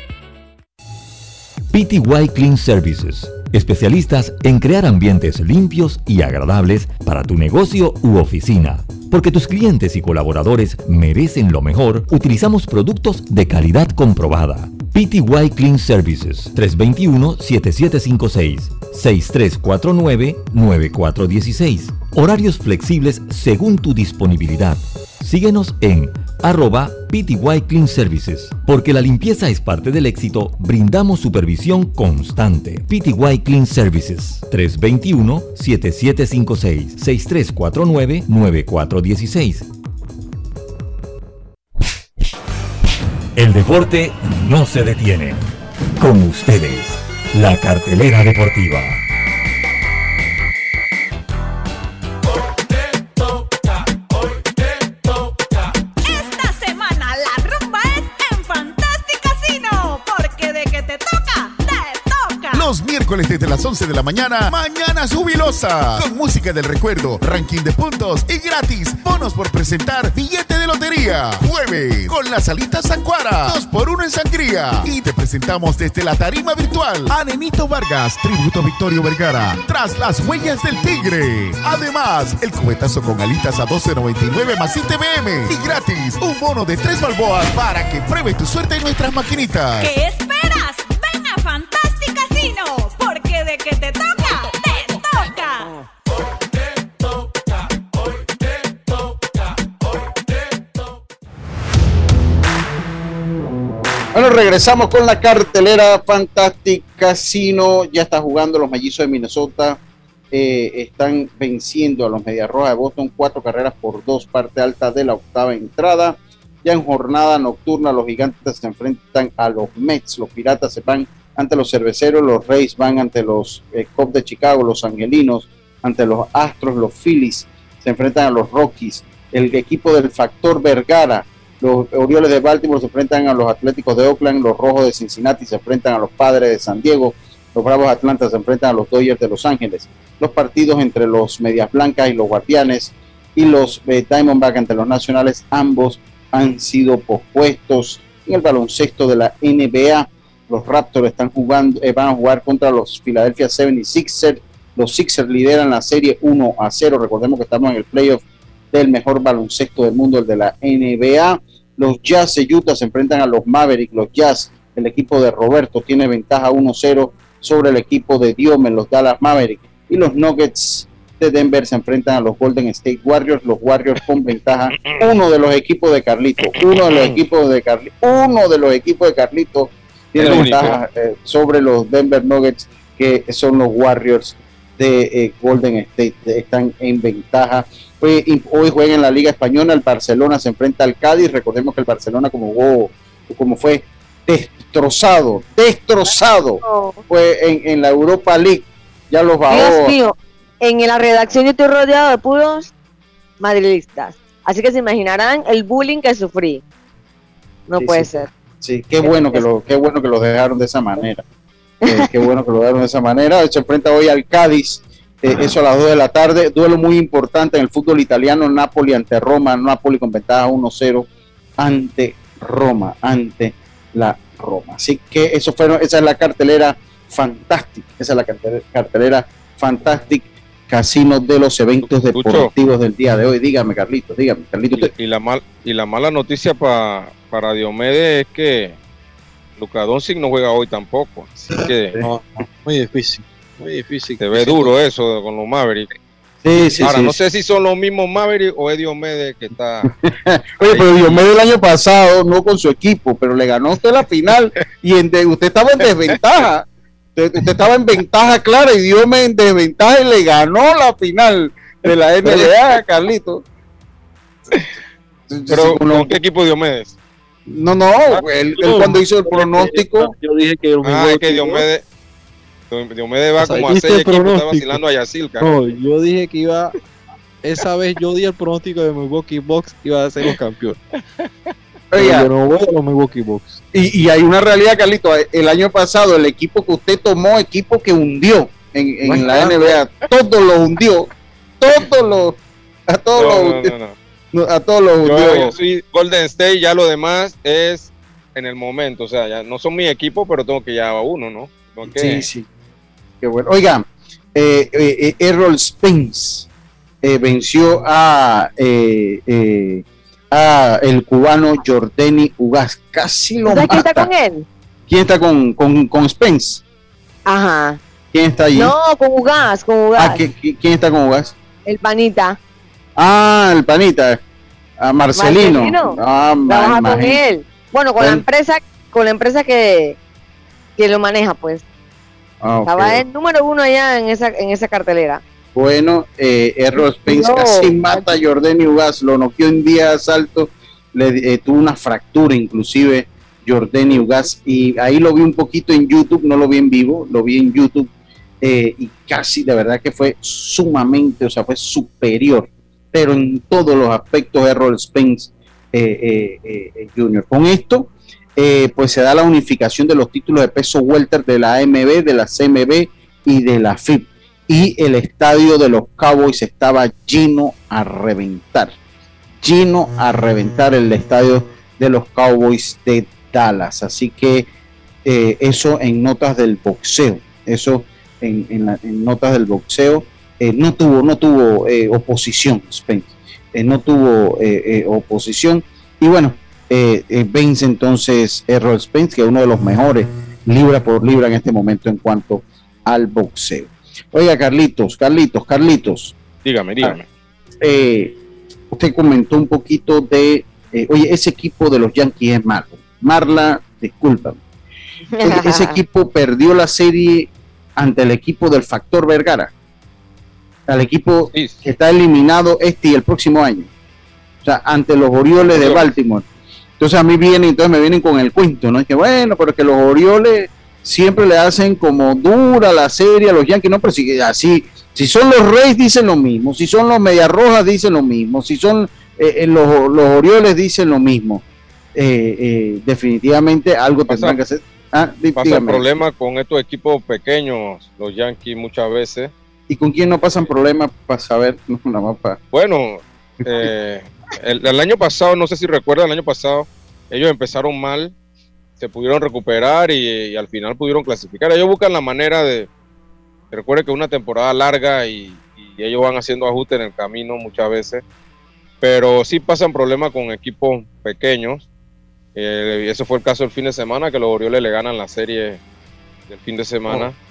P T Y Clean Services, especialistas en crear ambientes limpios y agradables para tu negocio u oficina. Porque tus clientes y colaboradores merecen lo mejor, utilizamos productos de calidad comprobada. P T Y Clean Services, tres dos uno, siete siete cinco seis, seis tres cuatro nueve, nueve cuatro uno seis. Horarios flexibles según tu disponibilidad. Síguenos en arroba P T Y Clean Services. Porque la limpieza es parte del éxito, brindamos supervisión constante. P T Y Clean Services, tres dos uno, siete siete cinco seis, seis tres cuatro nueve, nueve cuatro uno seis. El deporte no se detiene. Con ustedes, la cartelera deportiva. Los miércoles desde las once de la mañana, Mañana Jubilosa, con música del recuerdo, ranking de puntos y gratis bonos por presentar billete de lotería. Jueves, con las alitas Sancuara, dos por uno en sangría. Y te presentamos desde la tarima virtual a Nenito Vargas, tributo a Victorio Vergara, tras las huellas del tigre. Además, el cubetazo con alitas a doce noventa y nueve más I T B M. Y gratis, un bono de tres balboas para que pruebes tu suerte en nuestras maquinitas. ¿Qué esperas? Ven a Fantastic Casino, porque de que te toca, te toca. Bueno, regresamos con la cartelera Fantastic Casino. Ya está jugando los Mellizos de Minnesota. Eh, están venciendo a los Medias Rojas de Boston cuatro carreras por dos, parte alta de la octava entrada. Ya en jornada nocturna los Gigantes se enfrentan a los Mets. Los Piratas se van ante los Cerveceros. Los Rays van ante los eh, Cubs de Chicago. Los Angelinos ante los Astros. Los Phillies se enfrentan a los Rockies. El equipo del Factor Vergara, los Orioles de Baltimore se enfrentan a los Atléticos de Oakland. Los Rojos de Cincinnati se enfrentan a los Padres de San Diego. Los Bravos de Atlanta se enfrentan a los Dodgers de Los Ángeles. Los partidos entre los Medias Blancas y los Guardianes y los eh, Diamondbacks ante los Nacionales, ambos han sido pospuestos. En el baloncesto de la N B A, los Raptors están jugando, eh, van a jugar contra los Philadelphia setenta y seis ers. Los Sixers lideran la serie uno a cero. Recordemos que estamos en el playoff del mejor baloncesto del mundo, el de la N B A. Los Jazz de Utah se enfrentan a los Mavericks. Los Jazz, el equipo de Roberto, tiene ventaja uno cero sobre el equipo de Diomen, los Dallas Mavericks. Y los Nuggets de Denver se enfrentan a los Golden State Warriors. Los Warriors con ventaja, uno de los equipos de Carlito, uno de los equipos de Carlito, uno de los equipos de Carlito tiene ventaja eh, sobre los Denver Nuggets, que son los Warriors de eh, Golden State, están en ventaja. Hoy, hoy juega en la Liga Española, el Barcelona se enfrenta al Cádiz. Recordemos que el Barcelona, como jugó, como fue destrozado, destrozado, fue en, en la Europa League, ya los bajó. Dios mío, en la redacción yo estoy rodeado de puros madridistas, así que se imaginarán el bullying que sufrí. No sí, puede sí, ser. Sí, qué bueno que lo, qué bueno que los dejaron de esa manera. Eh, qué bueno que lo dejaron de esa manera. Se enfrenta hoy al Cádiz. Eh, eso a las dos de la tarde, duelo muy importante en el fútbol italiano, Napoli ante Roma, Napoli con ventaja uno cero ante Roma, ante la Roma. Así que eso fueron, esa es la cartelera fantástica, esa es la cartelera, cartelera fantástica Casino de los eventos deportivos Lucho, del día de hoy. Dígame, Carlitos, dígame, Carlitos. Y, y, la, mal, y la mala noticia pa, para Diomedes es que Luka Doncic no juega hoy tampoco, así que no, no, muy difícil. Muy difícil. Se ve duro eso con los Mavericks. Sí, sí, Ahora, sí, no sí. sé si son los mismos Mavericks o es Diomedes que está. Oye, pero Diomedes el año pasado, no con su equipo, pero le ganó usted la final y en de, usted estaba en desventaja. Usted, usted estaba en ventaja clara y Diomedes en desventaja y le ganó la final de la N B A, Carlito. Pero, ¿con no, qué equipo Diomedes? No, no, él, él cuando hizo el pronóstico. Yo dije que. Ah, es que Diomedes. Diomedes va o sea, como a seis equipos, está vacilando a Yacilca. No, yo dije que iba, esa vez yo di el pronóstico de Milwaukee Bucks, iba a ser los campeones. Oiga, yo no voy a los Milwaukee Bucks. Y, y hay una realidad, Carlito, el año pasado el equipo que usted tomó, equipo que hundió en, en bueno, la N B A, todos lo hundió, todos los, a todos no, los no, hundió, no, no. a todos los hundió. Yo, yo soy Golden State, ya lo demás es en el momento, o sea, ya no son mi equipo, pero tengo que llevar a uno, ¿no? Okay. Sí, sí. Qué bueno. Oiga, eh, eh, Errol Spence eh, venció a, eh, eh, a el cubano Jordani Ugaz. Casi lo mata. ¿Quién está con él? ¿Quién está con, con, con Spence? Ajá. ¿Quién está allí? No, con Ugaz, con Ugaz. Ah, ¿quién está con Ugaz? El panita. Ah, el panita. A Marcelino. Marcelino. Ah, Trabaja con él. Bueno, con ¿El? la empresa, con la empresa que, que lo maneja, pues. Ah, okay. Estaba el número uno allá en esa en esa cartelera. Bueno, eh, Errol Spence no, casi mata a Jordani Ugaz, lo noqueó en día de asalto, le eh, tuvo una fractura inclusive Jordani Ugaz, y ahí lo vi un poquito en YouTube, no lo vi en vivo, lo vi en YouTube, eh, y casi de verdad que fue sumamente, o sea, fue superior, pero en todos los aspectos Errol Spence eh, eh, eh, Junior Con esto, eh, pues se da la unificación de los títulos de peso welter de la A M B, de la C M B y de la F I B. Y el estadio de los Cowboys estaba lleno a reventar. Lleno a reventar el estadio de los Cowboys de Dallas. Así que eh, eso en notas del boxeo. Eso en, en, la, en notas del boxeo. Eh, no tuvo, no tuvo eh, oposición, Spence. Eh, no tuvo eh, eh, oposición. Y bueno, eh, eh, vence entonces Errol Spence, que es uno de los mejores libra por libra en este momento en cuanto al boxeo. Oiga, Carlitos, Carlitos, Carlitos. Dígame, dígame. Eh, usted comentó un poquito de, eh, oye, ese equipo de los Yankees es malo. Marla, discúlpame. Oye, ese equipo perdió la serie ante el equipo del Factor Vergara. Al equipo sí, sí. que está eliminado este y el próximo año. O sea, ante los Orioles de Baltimore. Entonces a mí vienen, entonces me vienen con el cuento, ¿no? Es que bueno, pero que los Orioles siempre le hacen como dura la serie a los Yankees, no, pero si así, si son los Rays dicen lo mismo, si son los Medias Rojas dicen lo mismo, si son eh, los, los Orioles dicen lo mismo. Eh, eh, definitivamente algo pasa, tendrán que hacer. Ah, dí, pasa el problema con estos equipos pequeños, los Yankees muchas veces. ¿Y con quién no pasan problemas para saber? No, nada más para... Bueno, eh, el, el año pasado, no sé si recuerdan, el año pasado ellos empezaron mal, se pudieron recuperar y, y al final pudieron clasificar. Ellos buscan la manera de, recuerden que es una temporada larga y, y ellos van haciendo ajustes en el camino muchas veces, pero sí pasan problemas con equipos pequeños. Eh, ese fue el caso el fin de semana, que los Orioles le ganan la serie del fin de semana. Oh.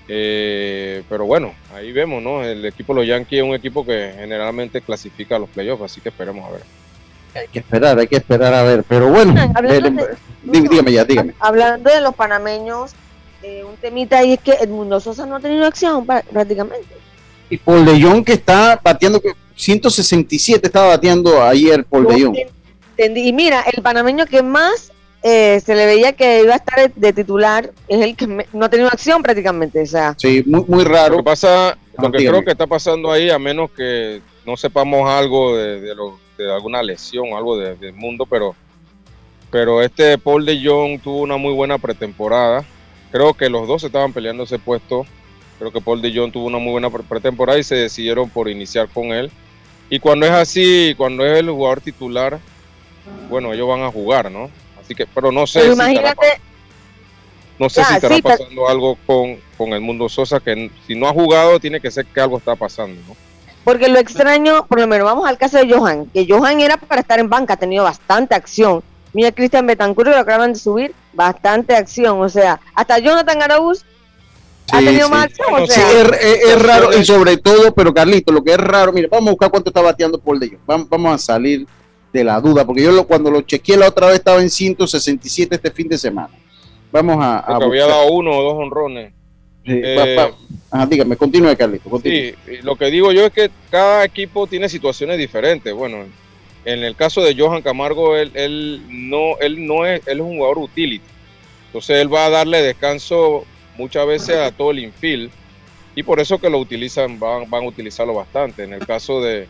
Eh, pero bueno, ahí vemos, ¿no? El equipo de los Yankees es un equipo que generalmente clasifica a los playoffs, así que esperemos a ver. Hay que esperar, hay que esperar a ver, pero bueno, eh, de, dí, dígame ya, dígame. Hablando de los panameños, eh, un temita ahí es que Edmundo Sosa no ha tenido acción prácticamente. Y Paul de Jong que está bateando, ciento sesenta y siete estaba bateando ayer Paul no, de Jong. Entendí. Y mira, el panameño que más eh, se le veía que iba a estar de, de titular es el que me, no ha tenido acción prácticamente, o sea. Sí, muy, muy raro. Lo que pasa, lo ah, que dígame. creo que está pasando ahí, a menos que no sepamos algo de, de los de alguna lesión, algo de, del mundo, pero pero este Paul de Jong tuvo una muy buena pretemporada. Creo que los dos estaban peleando ese puesto. Creo que Paul de Jong tuvo una muy buena pretemporada y se decidieron por iniciar con él. Y cuando es así, cuando es el jugador titular, bueno, ellos van a jugar, ¿no? Así que, pero no sé pero si imagínate, estará, no sé ya, si estará sí, pasando algo con, con Edmundo Sosa, que si no ha jugado, tiene que ser que algo está pasando, ¿no? Porque lo extraño, por lo menos vamos al caso de Johan, que Johan era para estar en banca, ha tenido bastante acción. Mira, Cristian Betancourt, que lo acaban de subir, bastante acción. O sea, hasta Jonathan Araúz sí, ha tenido sí. más acción. O sea. Sí, es, es, es raro, y sobre todo, pero Carlito, lo que es raro, mire, vamos a buscar cuánto está bateando Paul de Jong. Vamos, vamos a salir de la duda, porque yo lo, cuando lo chequeé la otra vez estaba en ciento sesenta y siete este fin de semana. Vamos a. a había dado uno o dos honrones. Sí, eh, va, va. Ajá, dígame, continúe, Carlito. Continúe. Sí, lo que digo yo es que cada equipo tiene situaciones diferentes. Bueno, en el caso de Johan Camargo, él, él no, él no es, él es un jugador utility. Entonces él va a darle descanso muchas veces a todo el infield y por eso que lo utilizan, van, van a utilizarlo bastante. En el caso de,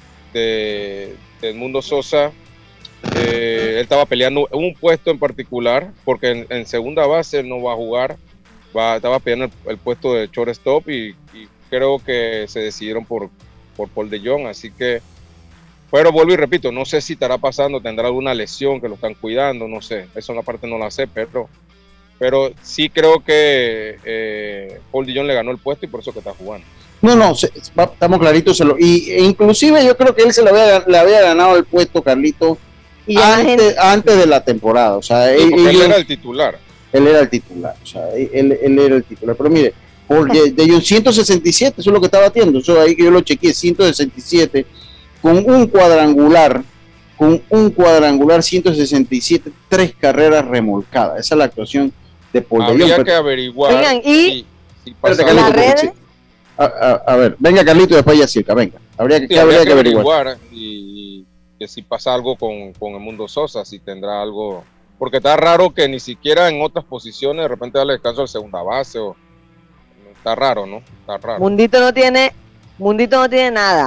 de, de Edmundo Sosa, eh, él estaba peleando un puesto en particular, porque en, en segunda base él no va a jugar. Va, estaba peleando el, el puesto de shortstop y, y creo que se decidieron por, por Paul de Jong, así que, pero vuelvo y repito, no sé si estará pasando, tendrá alguna lesión que lo están cuidando, no sé, eso en la parte no la sé, pero, pero sí creo que eh, Paul de Jong le ganó el puesto y por eso que está jugando. No, no, se, va, estamos claritos, se lo, y e inclusive yo creo que él se le había, le había ganado el puesto, Carlito, y antes, gente... antes de la temporada, o sea, sí, él, él era el titular. Él era el titular, o sea, él, él era el titular. Pero mire, por de, de Jong ciento sesenta y siete, eso es lo que está batiendo. Eso ahí que yo lo chequeé, ciento sesenta y siete, con un cuadrangular, con un cuadrangular, ciento sesenta y siete, tres carreras remolcadas. Esa es la actuación de Paul de Jong. Habría que averiguar. Oigan, y si, si Espérate, Carlito, porque, a, a, a ver, venga Carlito y después ya circa, venga. Habría que, sí, que, habría habría que que averiguar. averiguar y, y que si pasa algo con, con Edmundo Sosa, si tendrá algo. Porque está raro que ni siquiera en otras posiciones de repente darle descanso al segunda base o está raro, ¿no? Está raro. Mundito no tiene, Mundito no tiene nada.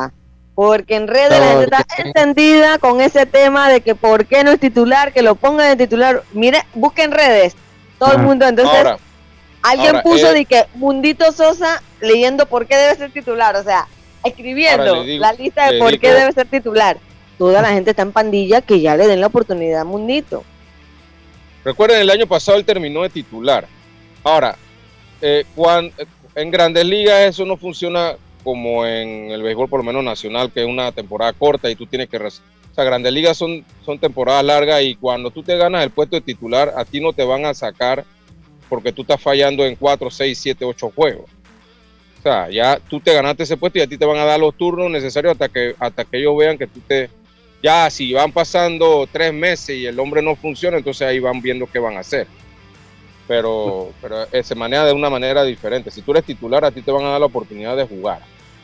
Porque en redes la gente está encendida con ese tema de que por qué no es titular, que lo pongan de titular. Mire, busquen redes, todo el mundo. Entonces, ahora, alguien ahora, puso eh, de que Mundito Sosa leyendo por qué debe ser titular, o sea, escribiendo digo, la lista de por digo, qué debe ser titular. Toda la gente está en pandilla, que ya le den la oportunidad a Mundito. Recuerden, el año pasado él terminó de titular. Ahora, eh, cuando, en Grandes Ligas eso no funciona como en el béisbol, por lo menos nacional, que es una temporada corta y tú tienes que... O sea, Grandes Ligas son, son temporadas largas y cuando tú te ganas el puesto de titular, a ti no te van a sacar porque tú estás fallando en cuatro, seis, siete, ocho juegos. O sea, ya tú te ganaste ese puesto y a ti te van a dar los turnos necesarios hasta que, hasta que ellos vean que tú te... Ya, si van pasando tres meses y el hombre no funciona, entonces ahí van viendo qué van a hacer. Pero, pero eh, se maneja de una manera diferente. Si tú eres titular, a ti te van a dar la oportunidad de jugar.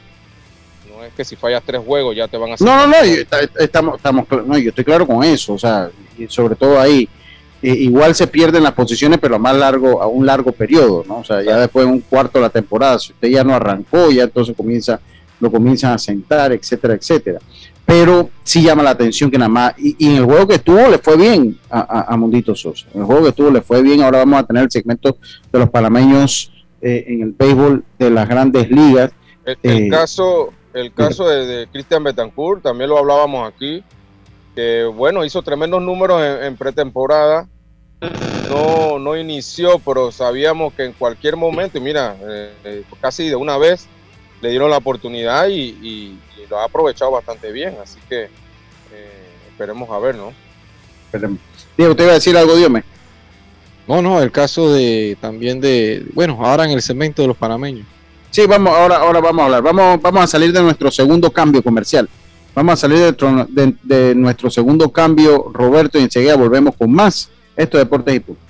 No es que si fallas tres juegos ya te van a hacer. No, no, no, yo, estamos, estamos, no, yo estoy claro con eso, o sea, y sobre todo ahí, eh, igual se pierden las posiciones, pero a más largo, a un largo periodo, ¿no? O sea, ya después de un cuarto de la temporada, si usted ya no arrancó, ya entonces comienza, lo comienzan a sentar, etcétera, etcétera. Pero sí llama la atención que nada más, y, y en el juego que estuvo le fue bien a, a, a Mundito Sosa, en el juego que estuvo le fue bien. Ahora vamos a tener el segmento de los panameños eh, en el béisbol de las Grandes Ligas. El, el eh, caso, el caso de, de Cristian Betancourt, también lo hablábamos aquí, que bueno, hizo tremendos números en, en pretemporada, no, no inició, pero sabíamos que en cualquier momento, y mira, eh, eh, casi de una vez le dieron la oportunidad y, y, y lo ha aprovechado bastante bien, así que eh, esperemos a ver, ¿no? Esperemos. Diego, ¿te iba a decir algo, Diome? No, no, el caso de también de, bueno, ahora en el segmento de los panameños. Sí, vamos, ahora, ahora vamos a hablar, vamos, vamos a salir de nuestro segundo cambio comercial, vamos a salir de, de, de nuestro segundo cambio, Roberto, y enseguida volvemos con más, esto de Deportes y Punto.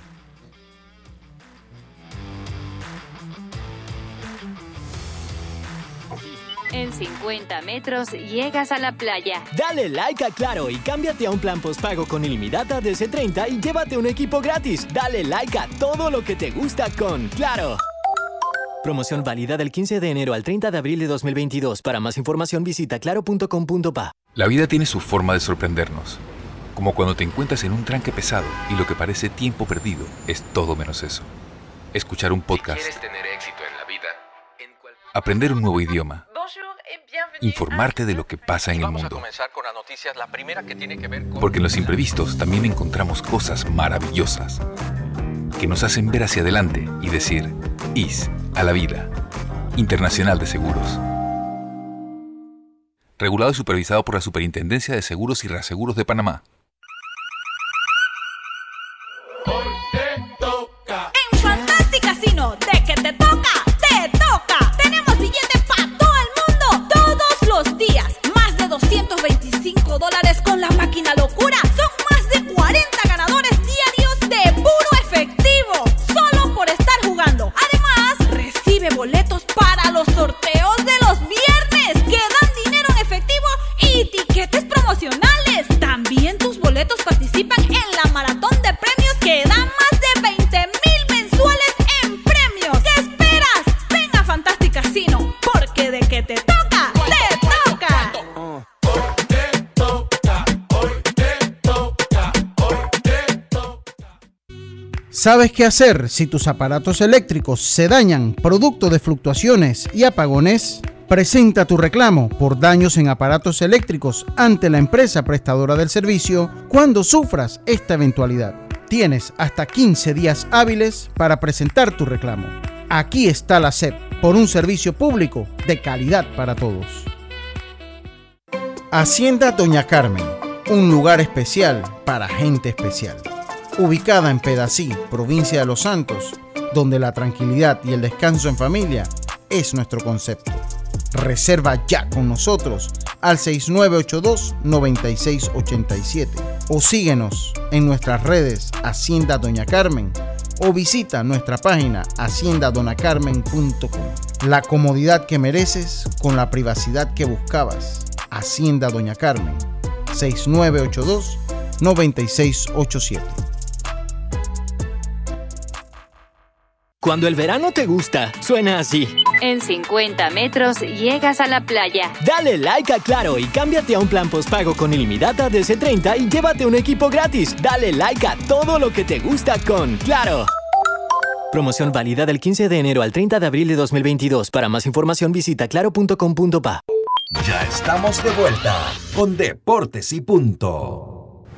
En cincuenta metros llegas a la playa. Dale like a Claro y cámbiate a un plan postpago con ilimitada de C treinta y llévate un equipo gratis. Dale like a todo lo que te gusta con Claro. Promoción válida del quince de enero al treinta de abril de dos mil veintidós. Para más información visita claro punto com punto pa. La vida tiene su forma de sorprendernos. Como cuando te encuentras en un tranque pesado y lo que parece tiempo perdido es todo menos eso. Escuchar un podcast. Si quieres tener éxito en la vida, en cual... Aprender un nuevo idioma. Informarte de lo que pasa en el mundo. Vamos a comenzar con las noticias, la primera que tiene que ver con... Porque en los imprevistos también encontramos cosas maravillosas que nos hacen ver hacia adelante y decir I S a la vida. Internacional de Seguros. Regulado y supervisado por la Superintendencia de Seguros y Reaseguros de Panamá. En Fantastic Casino, de que te toca, te toca. Tenemos billetes para todo el mundo, todos los días. Más de doscientos veinticinco dólares con la máquina locura. Son más de cuarenta ganadores diarios de puro efectivo, solo por estar jugando. Además, recibe boletos para los sorteos de los viernes, que dan dinero en efectivo y tiquetes promocionales. También tus boletos participan en la maratón de premios que dan más de veinte mil mensuales en premios. ¿Qué esperas? Ven a Fantastic Casino, porque de que te toca, te toca. ¿Sabes qué hacer si tus aparatos eléctricos se dañan producto de fluctuaciones y apagones? Presenta tu reclamo por daños en aparatos eléctricos ante la empresa prestadora del servicio cuando sufras esta eventualidad. Tienes hasta quince días hábiles para presentar tu reclamo. Aquí está la S E P por un servicio público de calidad para todos. Hacienda Doña Carmen, un lugar especial para gente especial. Ubicada en Pedací, provincia de Los Santos, donde la tranquilidad y el descanso en familia es nuestro concepto. Reserva ya con nosotros al seis nueve ocho dos, nueve seis ocho siete o síguenos en nuestras redes Hacienda Doña Carmen o visita nuestra página hacienda dona carmen punto com. La comodidad que mereces con la privacidad que buscabas. Hacienda Doña Carmen, seis nueve ocho dos, nueve seis ocho siete. Cuando el verano te gusta, suena así. En cincuenta metros llegas a la playa. Dale like a Claro y cámbiate a un plan postpago con ilimitada de C treinta y llévate un equipo gratis. Dale like a todo lo que te gusta con Claro. Promoción válida del quince de enero al treinta de abril de dos mil veintidós. Para más información visita claro punto com punto pa. Ya estamos de vuelta con Deportes y Punto.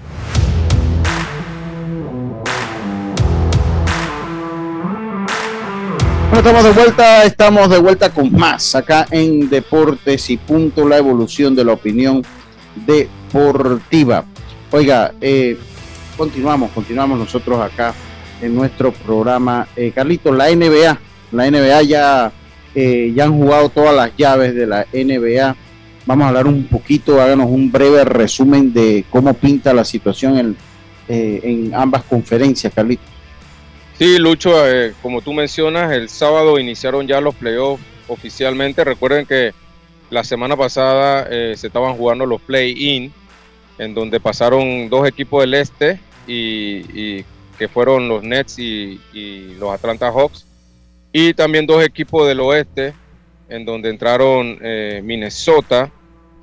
Bueno, estamos de vuelta, estamos de vuelta con más acá en Deportes y Punto, la evolución de la opinión deportiva. Oiga, eh, continuamos, continuamos nosotros acá en nuestro programa. Eh, Carlitos, la N B A, la N B A ya, eh, ya han jugado todas las llaves de la N B A. Vamos a hablar un poquito, háganos un breve resumen de cómo pinta la situación en, eh, en ambas conferencias, Carlitos. Sí, Lucho, eh, como tú mencionas, el sábado iniciaron ya los playoffs oficialmente. Recuerden que la semana pasada eh, se estaban jugando los play-in, en donde pasaron dos equipos del este, y, y que fueron los Nets y, y los Atlanta Hawks, y también dos equipos del oeste, en donde entraron eh, Minnesota,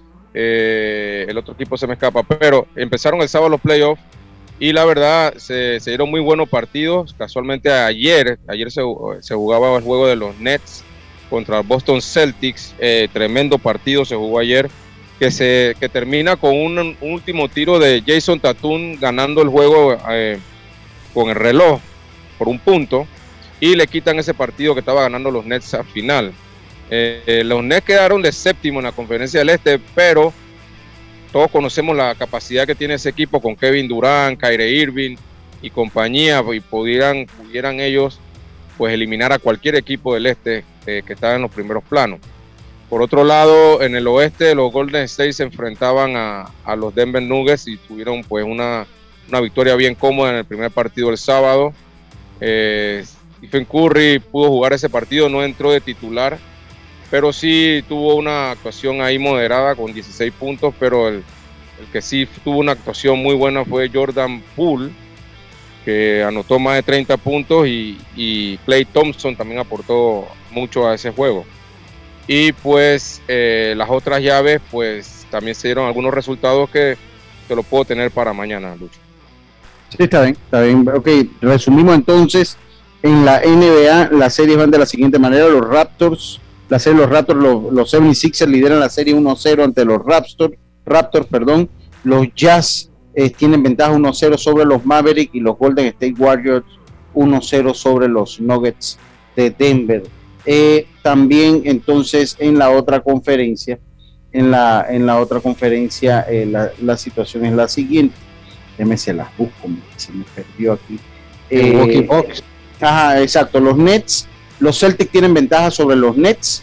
eh, el otro equipo se me escapa, pero empezaron el sábado los playoffs. Y la verdad, se, se dieron muy buenos partidos. Casualmente ayer, ayer se, se jugaba el juego de los Nets contra el Boston Celtics. Eh, tremendo partido se jugó ayer, que, se, que termina con un, un último tiro de Jason Tatum ganando el juego eh, con el reloj por un punto. Y le quitan ese partido que estaba ganando los Nets al final. Eh, eh, los Nets quedaron de séptimo en la conferencia del este, pero todos conocemos la capacidad que tiene ese equipo con Kevin Durant, Kyrie Irving y compañía, y pudieran, pudieran ellos pues eliminar a cualquier equipo del este eh, que estaba en los primeros planos. Por otro lado, en el oeste, los Golden State se enfrentaban a, a los Denver Nuggets y tuvieron pues una, una victoria bien cómoda en el primer partido del sábado. Eh, Stephen Curry pudo jugar ese partido, no entró de titular, pero sí tuvo una actuación ahí moderada con dieciséis puntos, pero el, el que sí tuvo una actuación muy buena fue Jordan Poole, que anotó más de treinta puntos, y, y Klay Thompson también aportó mucho a ese juego. Y pues eh, las otras llaves, pues también se dieron algunos resultados que te lo puedo tener para mañana, Lucho. Sí, está bien, está bien. Ok, resumimos entonces, en la N B A las series van de la siguiente manera: los Raptors, la serie de los Raptors, los, los setenta y seis ers lideran la serie uno cero ante los Raptors, Raptors, perdón. Los Jazz eh, tienen ventaja uno cero sobre los Mavericks, y los Golden State Warriors uno cero sobre los Nuggets de Denver. Eh, también entonces en la otra conferencia, en la, en la otra conferencia eh, la, la situación es la siguiente. Déjame se las busco, se me perdió aquí. Eh, ajá, exacto, los Nets, los Celtics tienen ventaja sobre los Nets,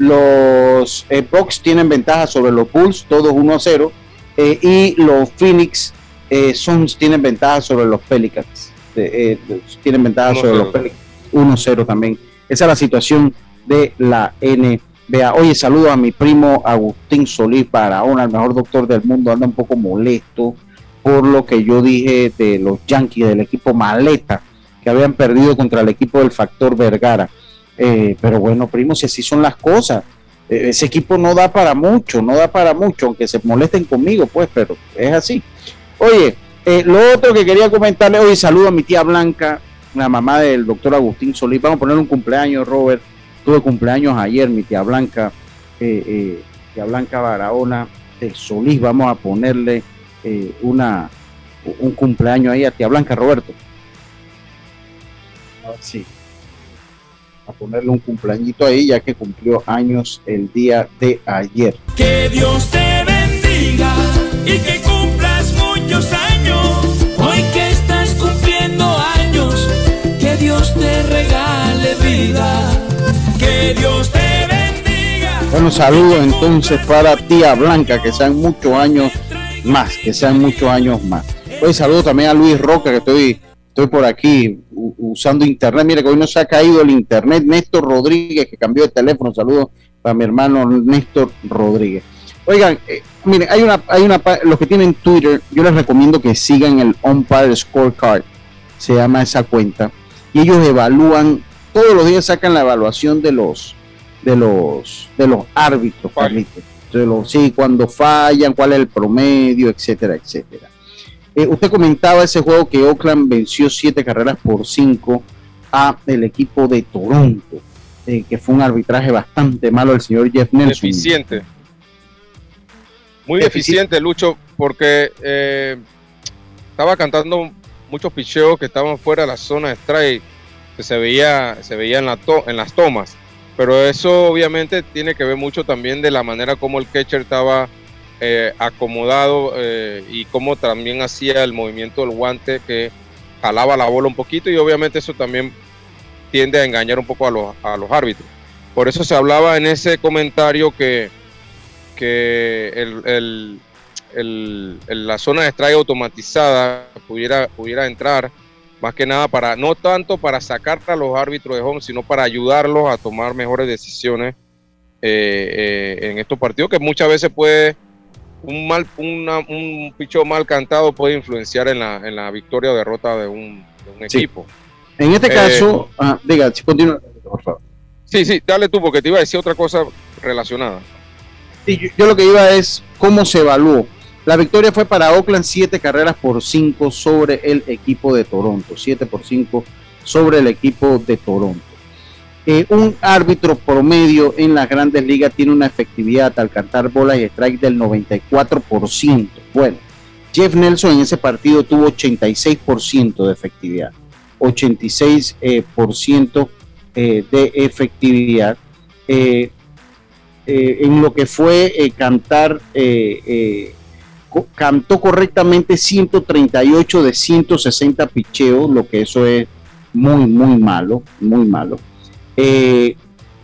los eh, Bucks tienen ventaja sobre los Bulls, todos uno a cero, eh, y los Phoenix eh, Suns tienen ventaja sobre los Pelicans, eh, eh, tienen ventaja sobre los Pelicans, uno a cero también. Esa es la situación de la N B A. Oye, saludo a mi primo Agustín Solís Barahona, el mejor doctor del mundo. Anda un poco molesto por lo que yo dije de los Yankees, del equipo maleta, que habían perdido contra el equipo del Factor Vergara. Eh, pero bueno, primo, si así son las cosas, eh, ese equipo no da para mucho, no da para mucho, aunque se molesten conmigo, pues, pero es así. Oye, eh, lo otro que quería comentarle, hoy saludo a mi tía Blanca, la mamá del doctor Agustín Solís. Vamos a poner un cumpleaños, Robert. Tuve cumpleaños ayer, mi tía Blanca, eh, eh, tía Blanca Barahona del Solís. Vamos a ponerle eh, una un cumpleaños ahí a tía Blanca, Roberto. A ver si a ponerle un cumpleañito ahí, ya que cumplió años el día de ayer. Que Dios te bendiga y que cumplas muchos años. Hoy que estás cumpliendo años, que Dios te regale vida. Que Dios te bendiga. Bueno, saludos entonces para tía Blanca, que sean muchos años más, que sean muchos años más. Hoy saludo también a Luis Roca, que estoy, estoy por aquí usando internet. Mire que hoy no se ha caído el internet. Néstor Rodríguez, que cambió de teléfono. Saludos para mi hermano Néstor Rodríguez. Oigan, eh, miren, hay una, hay una, los que tienen Twitter, yo les recomiendo que sigan el Umpire Scorecard, se llama esa cuenta, y ellos evalúan todos los días sacan la evaluación de los de los de los árbitros, Carlitos. De los, sí, cuando fallan, cuál es el promedio, etcétera, etcétera. Eh, usted comentaba ese juego que Oakland venció siete carreras por cinco a el equipo de Toronto, eh, que fue un arbitraje bastante malo del señor Jeff Nelson. Deficiente. Muy deficiente, Lucho, porque eh, estaba cantando muchos picheos que estaban fuera de la zona de strike, que se veía, se veía en, la to en las tomas, pero eso obviamente tiene que ver mucho también de la manera como el catcher estaba eh, acomodado eh, y cómo también hacía el movimiento del guante, que jalaba la bola un poquito, y obviamente eso también tiende a engañar un poco a los, a los árbitros. Por eso se hablaba en ese comentario que, que el, el, el, el, la zona de strike automatizada pudiera, pudiera entrar, más que nada para, no tanto para sacar a los árbitros de home, sino para ayudarlos a tomar mejores decisiones eh, eh, en estos partidos, que muchas veces puede, un mal una, un picheo mal cantado puede influenciar en la, en la victoria o derrota de un, de un sí. equipo. En este eh, caso, ah, diga, si continúa, por favor. Sí, sí, dale tú, porque te iba a decir otra cosa relacionada. Sí, yo, yo lo que iba es cómo se evaluó. La victoria fue para Oakland, siete carreras por cinco sobre el equipo de Toronto, siete por cinco sobre el equipo de Toronto. Eh, un árbitro promedio en las grandes ligas tiene una efectividad al cantar bolas y strike del noventa y cuatro por ciento. Bueno, Jeff Nelson en ese partido tuvo ochenta y seis por ciento de efectividad, ochenta y seis por ciento eh, de efectividad eh, eh, en lo que fue eh, cantar eh, eh, cantó correctamente ciento treinta y ocho de ciento sesenta picheos, lo que eso es muy, muy malo, muy malo. Eh,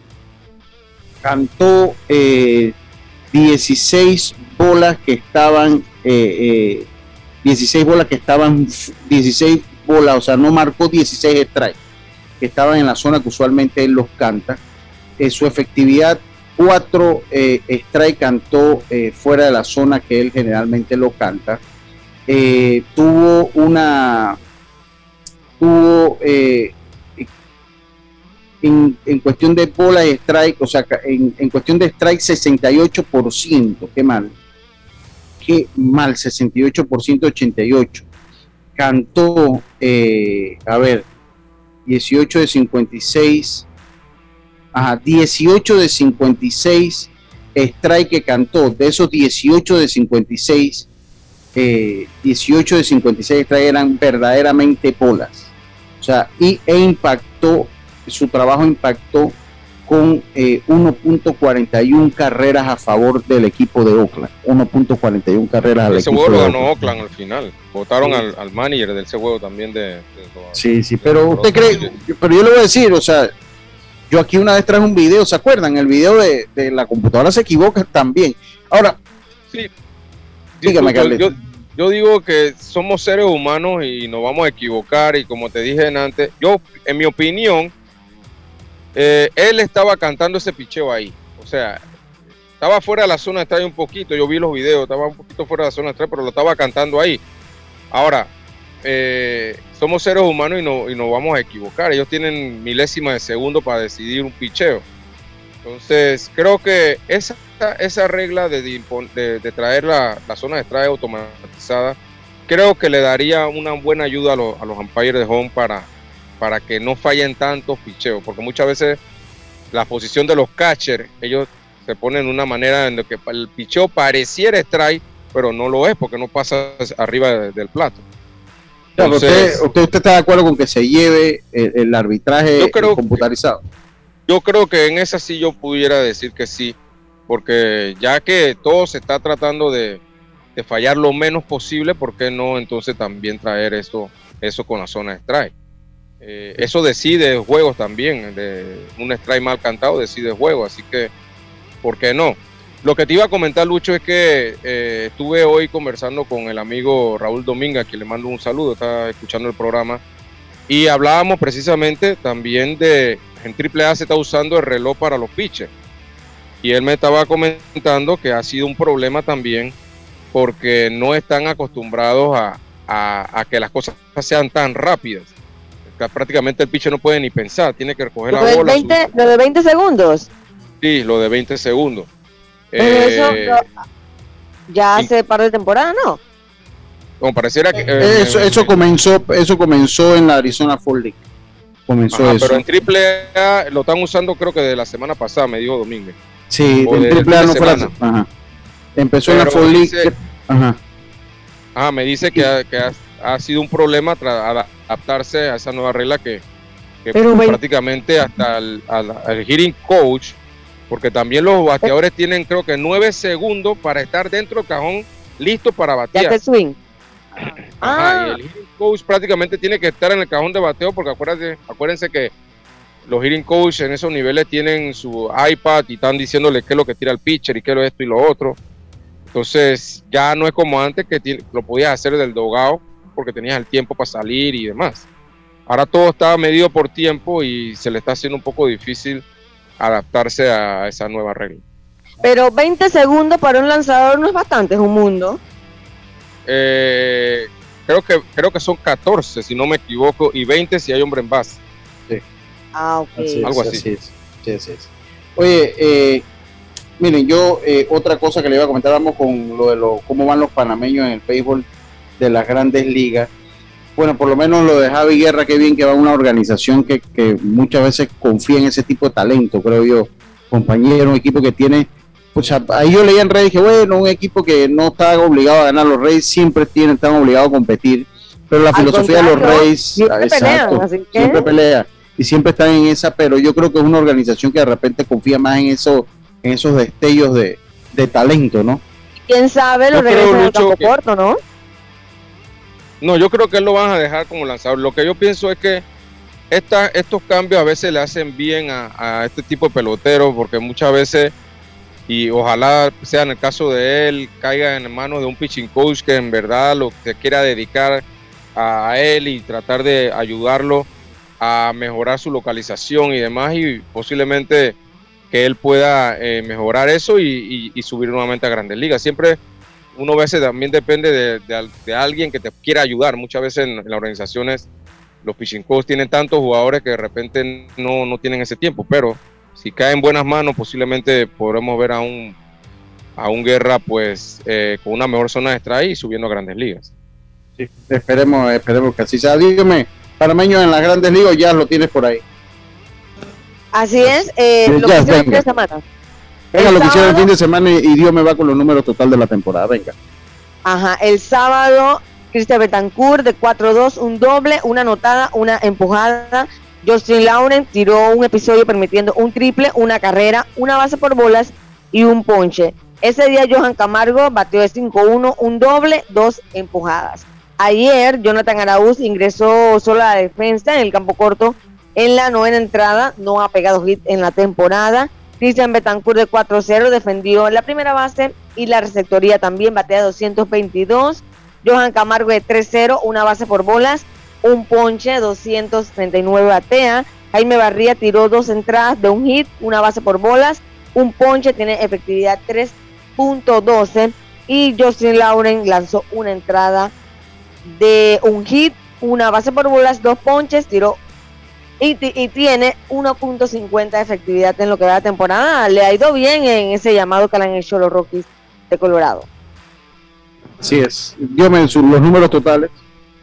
cantó eh, dieciséis bolas que estaban, eh, eh, dieciséis bolas que estaban, dieciséis bolas, o sea, no marcó dieciséis strikes, que estaban en la zona que usualmente él los canta. Eh, su efectividad, cuatro eh, strike cantó eh, fuera de la zona que él generalmente lo canta. Eh, tuvo una tuvo eh, en, en cuestión de bola y strike, o sea, en, en cuestión de strike sesenta y ocho por ciento, qué mal, qué mal, sesenta y ocho por ciento, ochenta y ocho. Cantó, eh, a ver, dieciocho de cincuenta y seis, ajá, dieciocho de cincuenta y seis strike que cantó. De esos dieciocho de cincuenta y seis, eh, dieciocho de cincuenta y seis strike eran verdaderamente bolas. O sea, y, e impactó, su trabajo impactó con eh, uno punto cuarenta y uno carreras a favor del equipo de Oakland. uno punto cuarenta y uno carreras al ese equipo juego de lo ganó Oakland. Oakland al final. Votaron Sí. al, al manager del ese juego también de, de Sí, sí, pero usted cree, pero yo le voy a decir, o sea, yo aquí una vez traje un video, ¿se acuerdan? El video de, de la computadora se equivoca también. Ahora, sí, dígame, yo, Carlitos. yo, yo digo que somos seres humanos y nos vamos a equivocar, y como te dije antes, yo, en mi opinión, eh, él estaba cantando ese picheo ahí, o sea, estaba fuera de la zona de strike un poquito, yo vi los videos, estaba un poquito fuera de la zona de strike, pero lo estaba cantando ahí. Ahora, eh, somos seres humanos y, no, y nos vamos a equivocar. Ellos tienen milésimas de segundo para decidir un picheo. Entonces, creo que esa, esa regla de, de, de traer la, la zona de strike automatizada, creo que le daría una buena ayuda a, lo, a los umpires de home para, para que no fallen tantos picheos, porque muchas veces la posición de los catchers, ellos se ponen de una manera en la que el picheo pareciera strike, pero no lo es porque no pasa arriba de, del plato. Entonces, usted, usted, ¿Usted está de acuerdo con que se lleve el, el arbitraje yo creo, computarizado? Yo creo que en esa sí yo pudiera decir que sí, porque ya que todo se está tratando de, de fallar lo menos posible, ¿por qué no entonces también traer eso, eso con la zona de strike? Eh, eso decide juegos también, de un strike mal cantado decide juegos, así que ¿por qué no? Lo que te iba a comentar, Lucho, es que eh, estuve hoy conversando con el amigo Raúl Domínguez, a quien le mando un saludo, está escuchando el programa, y hablábamos precisamente también de, en triple A se está usando el reloj para los pitchers, y él me estaba comentando que ha sido un problema también porque no están acostumbrados a, a, a que las cosas sean tan rápidas. prácticamente el pitcher no puede ni pensar, tiene que recoger ¿Lo la de bola. veinte, su... ¿Lo de veinte segundos? Sí, lo de veinte segundos. Pero Eh, eso lo- ya hace par de temporadas, ¿no? como pareciera que... eh, Eso, eso comenzó, eso comenzó en la Arizona Fall League. Comenzó ajá, eso. pero en triple A lo están usando creo que de la semana pasada, me dijo Domínguez. Sí, O en de triple A fin no de fue la, semana. ajá. Empezó Pero en la Fall League. dice- Ajá. Ah, me dice que, ha, que ha, ha sido un problema tra- adaptarse a esa nueva regla que, que Pero ve- prácticamente hasta el, al, al hitting coach, porque también los bateadores tienen creo que nueve segundos para estar dentro del cajón listo para Ya batear. te swing. Ajá, Ah, y el hitting coach prácticamente tiene que estar en el cajón de bateo porque acuérdense, acuérdense que los hitting coach en esos niveles tienen su iPad y están diciéndole qué es lo que tira el pitcher y qué es lo esto y lo otro. Entonces ya no es como antes que ti- lo podías hacer del dogado porque tenías el tiempo para salir y demás. Ahora todo está medido por tiempo y se le está haciendo un poco difícil adaptarse a esa nueva regla. pero veinte segundos para un lanzador no es bastante, es un mundo. Eh, creo que creo que son catorce si no me equivoco y veinte si hay hombre en base. Ah, ok. Así es, Algo así. así es, sí, así es. Oye, eh, miren, yo eh, otra cosa que le iba a comentar, vamos con lo de lo, cómo van los panameños en el béisbol de las grandes ligas. Bueno, por lo menos lo de Javi Guerra, qué bien que va a una organización que, que muchas veces confía en ese tipo de talento, creo yo. Compañero, un equipo que tiene, pues a- ahí yo leía en redes que bueno, un equipo que no está obligado a ganar, los Reyes siempre tienen, están obligados a competir, pero la Al filosofía de los contrario, Reyes, siempre exacto, pelean, así que- siempre pelea y siempre están en esa, pero yo creo que es una organización que de repente confía más en eso, en esos destellos de, de talento, ¿no? Quién sabe, lo Yo creo, regresan al Lucho, campo que- corto, ¿no? No, yo creo que él lo van a dejar como lanzador. Lo que yo pienso es que esta, estos cambios a veces le hacen bien a, a este tipo de peloteros, porque muchas veces, y ojalá sea en el caso de él, caiga en manos de un pitching coach que en verdad lo que quiera dedicar a, a él y tratar de ayudarlo a mejorar su localización y demás, y posiblemente que él pueda eh, mejorar eso y, y- y subir nuevamente a Grandes Ligas. Siempre uno a veces también depende de, de al- de alguien que te quiera ayudar. Muchas veces en, en las organizaciones los pitching coaches tienen tantos jugadores que de repente no, no tienen ese tiempo, pero si cae en buenas manos posiblemente podremos ver a un, a un Guerra pues eh, con una mejor zona de strike y subiendo a Grandes Ligas. Sí, esperemos, esperemos que así sea. Dígame, panameños en las grandes ligas, ya lo tienes por ahí. Así es, eh, Sí, lo ya, que hicieron el fin venga. de semana. Venga, El lo que hicieron el sábado- fin de semana y, y Dios me va con los números total de la temporada. Venga. Ajá, el sábado, Cristian Betancourt de cuatro dos, un doble, una anotada, una empujada. Justin Lauren tiró un episodio permitiendo un triple, una carrera, una base por bolas y un ponche. Ese día Johan Camargo batió de cinco uno, un doble, dos empujadas. Ayer Jonathan Araúz ingresó solo a la defensa en el campo corto en la novena entrada, no ha pegado hit en la temporada. Cristian Betancourt de cuatro cero defendió la primera base y la receptoría también, batea doscientos veintidós. Johan Camargo de tres cero, una base por bolas, un ponche, doscientos treinta y nueve batea. Jaime Barría tiró dos entradas de un hit, una base por bolas, un ponche, tiene efectividad tres punto doce. Y Justin Lauren lanzó una entrada de un hit, una base por bolas, dos ponches, tiró y, ti- y tiene uno punto cincuenta de efectividad en lo que va la temporada. Le ha ido bien en ese llamado que le han hecho los Rockies de Colorado. Así es. Dios me su- los números totales.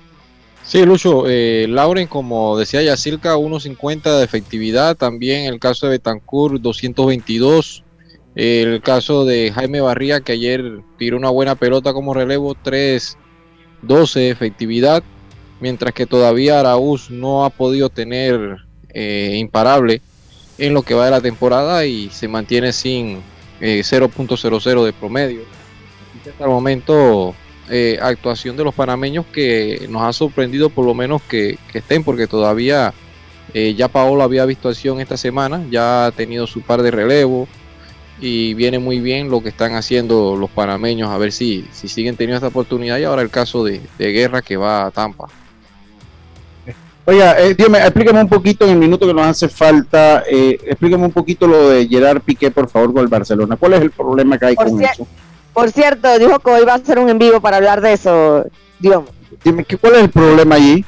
Sí, Lucho, eh, Lauren, como decía Yacirca, uno cincuenta de efectividad, también el caso de Betancourt, doscientos veintidós, el caso de Jaime Barría, que ayer tiró una buena pelota como relevo, tres doce de efectividad, mientras que todavía Araúz no ha podido tener eh, imparable en lo que va de la temporada y se mantiene sin eh, cero punto cero cero de promedio. Así que hasta el momento eh, actuación de los panameños que nos ha sorprendido por lo menos que, que estén, porque todavía eh, ya Paolo había visto acción esta semana, ya ha tenido su par de relevo y viene muy bien lo que están haciendo los panameños, a ver si, si siguen teniendo esta oportunidad. Y ahora el caso de, de Guerra, que va a Tampa. Oiga, eh, Dios me, explícame un poquito en el minuto que nos hace falta, eh, explícame un poquito lo de Gerard Piqué, por favor, con el Barcelona. ¿Cuál es el problema que hay Por, con cier- eso? por cierto, dijo que hoy va a hacer un en vivo para hablar de eso, Dios. Dime, ¿qué- ¿cuál es el problema allí?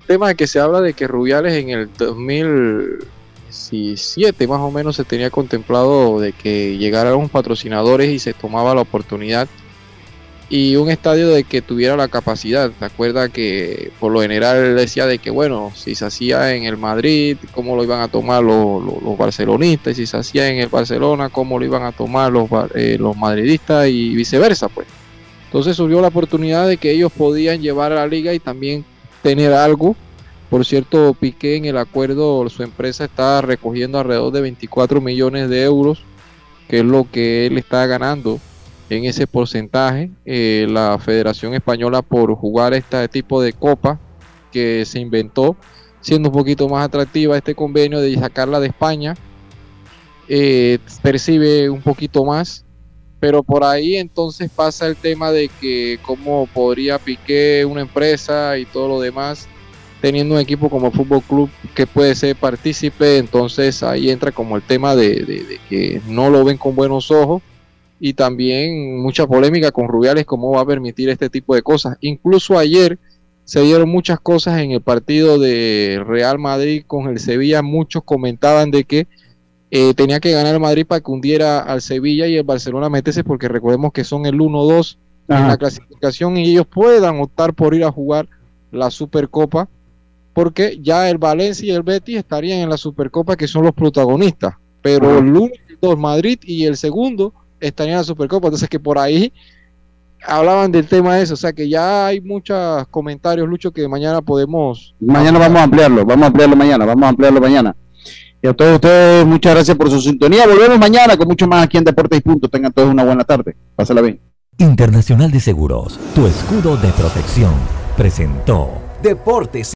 tema de que se habla de que Rubiales en el dos mil diecisiete más o menos se tenía contemplado de que llegaran los patrocinadores y se tomaba la oportunidad y un estadio de que tuviera la capacidad. ¿Te acuerdas que por lo general decía de que bueno, si se hacía en el Madrid, cómo lo iban a tomar los, los, los barcelonistas, y si se hacía en el Barcelona, cómo lo iban a tomar los, eh, los madridistas y viceversa, pues? Entonces surgió la oportunidad de que ellos podían llevar a la liga y también tener algo. Por cierto, Piqué en el acuerdo, su empresa está recogiendo alrededor de veinticuatro millones de euros, que es lo que él está ganando en ese porcentaje. Eh, la Federación Española, por jugar este tipo de copa que se inventó, siendo un poquito más atractiva este convenio de sacarla de España, eh, percibe un poquito más, pero por ahí entonces pasa el tema de que cómo podría Piqué, una empresa y todo lo demás, teniendo un equipo como Fútbol Club que puede ser partícipe. Entonces ahí entra como el tema de, de, de que no lo ven con buenos ojos. Y también mucha polémica con Rubiales, cómo va a permitir este tipo de cosas. Incluso ayer se dieron muchas cosas en el partido de Real Madrid con el Sevilla. Muchos comentaban de que eh, tenía que ganar el Madrid para que hundiera al Sevilla y el Barcelona meterse, porque recordemos que son el uno dos en la clasificación y ellos puedan optar por ir a jugar la Supercopa, porque ya el Valencia y el Betis estarían en la Supercopa, que son los protagonistas, pero el uno, el dos, Madrid, y el segundo estarían en la Supercopa. Entonces que por ahí hablaban del tema de eso, o sea que ya hay muchos comentarios, Lucho, que mañana podemos... Mañana vamos a ampliarlo, vamos a ampliarlo mañana, vamos a ampliarlo mañana. Y a todos ustedes, muchas gracias por su sintonía. Volvemos mañana con mucho más aquí en Deportes y Punto. Tengan todos una buena tarde. Pásala bien. Internacional de Seguros, tu escudo de protección, presentó Deportes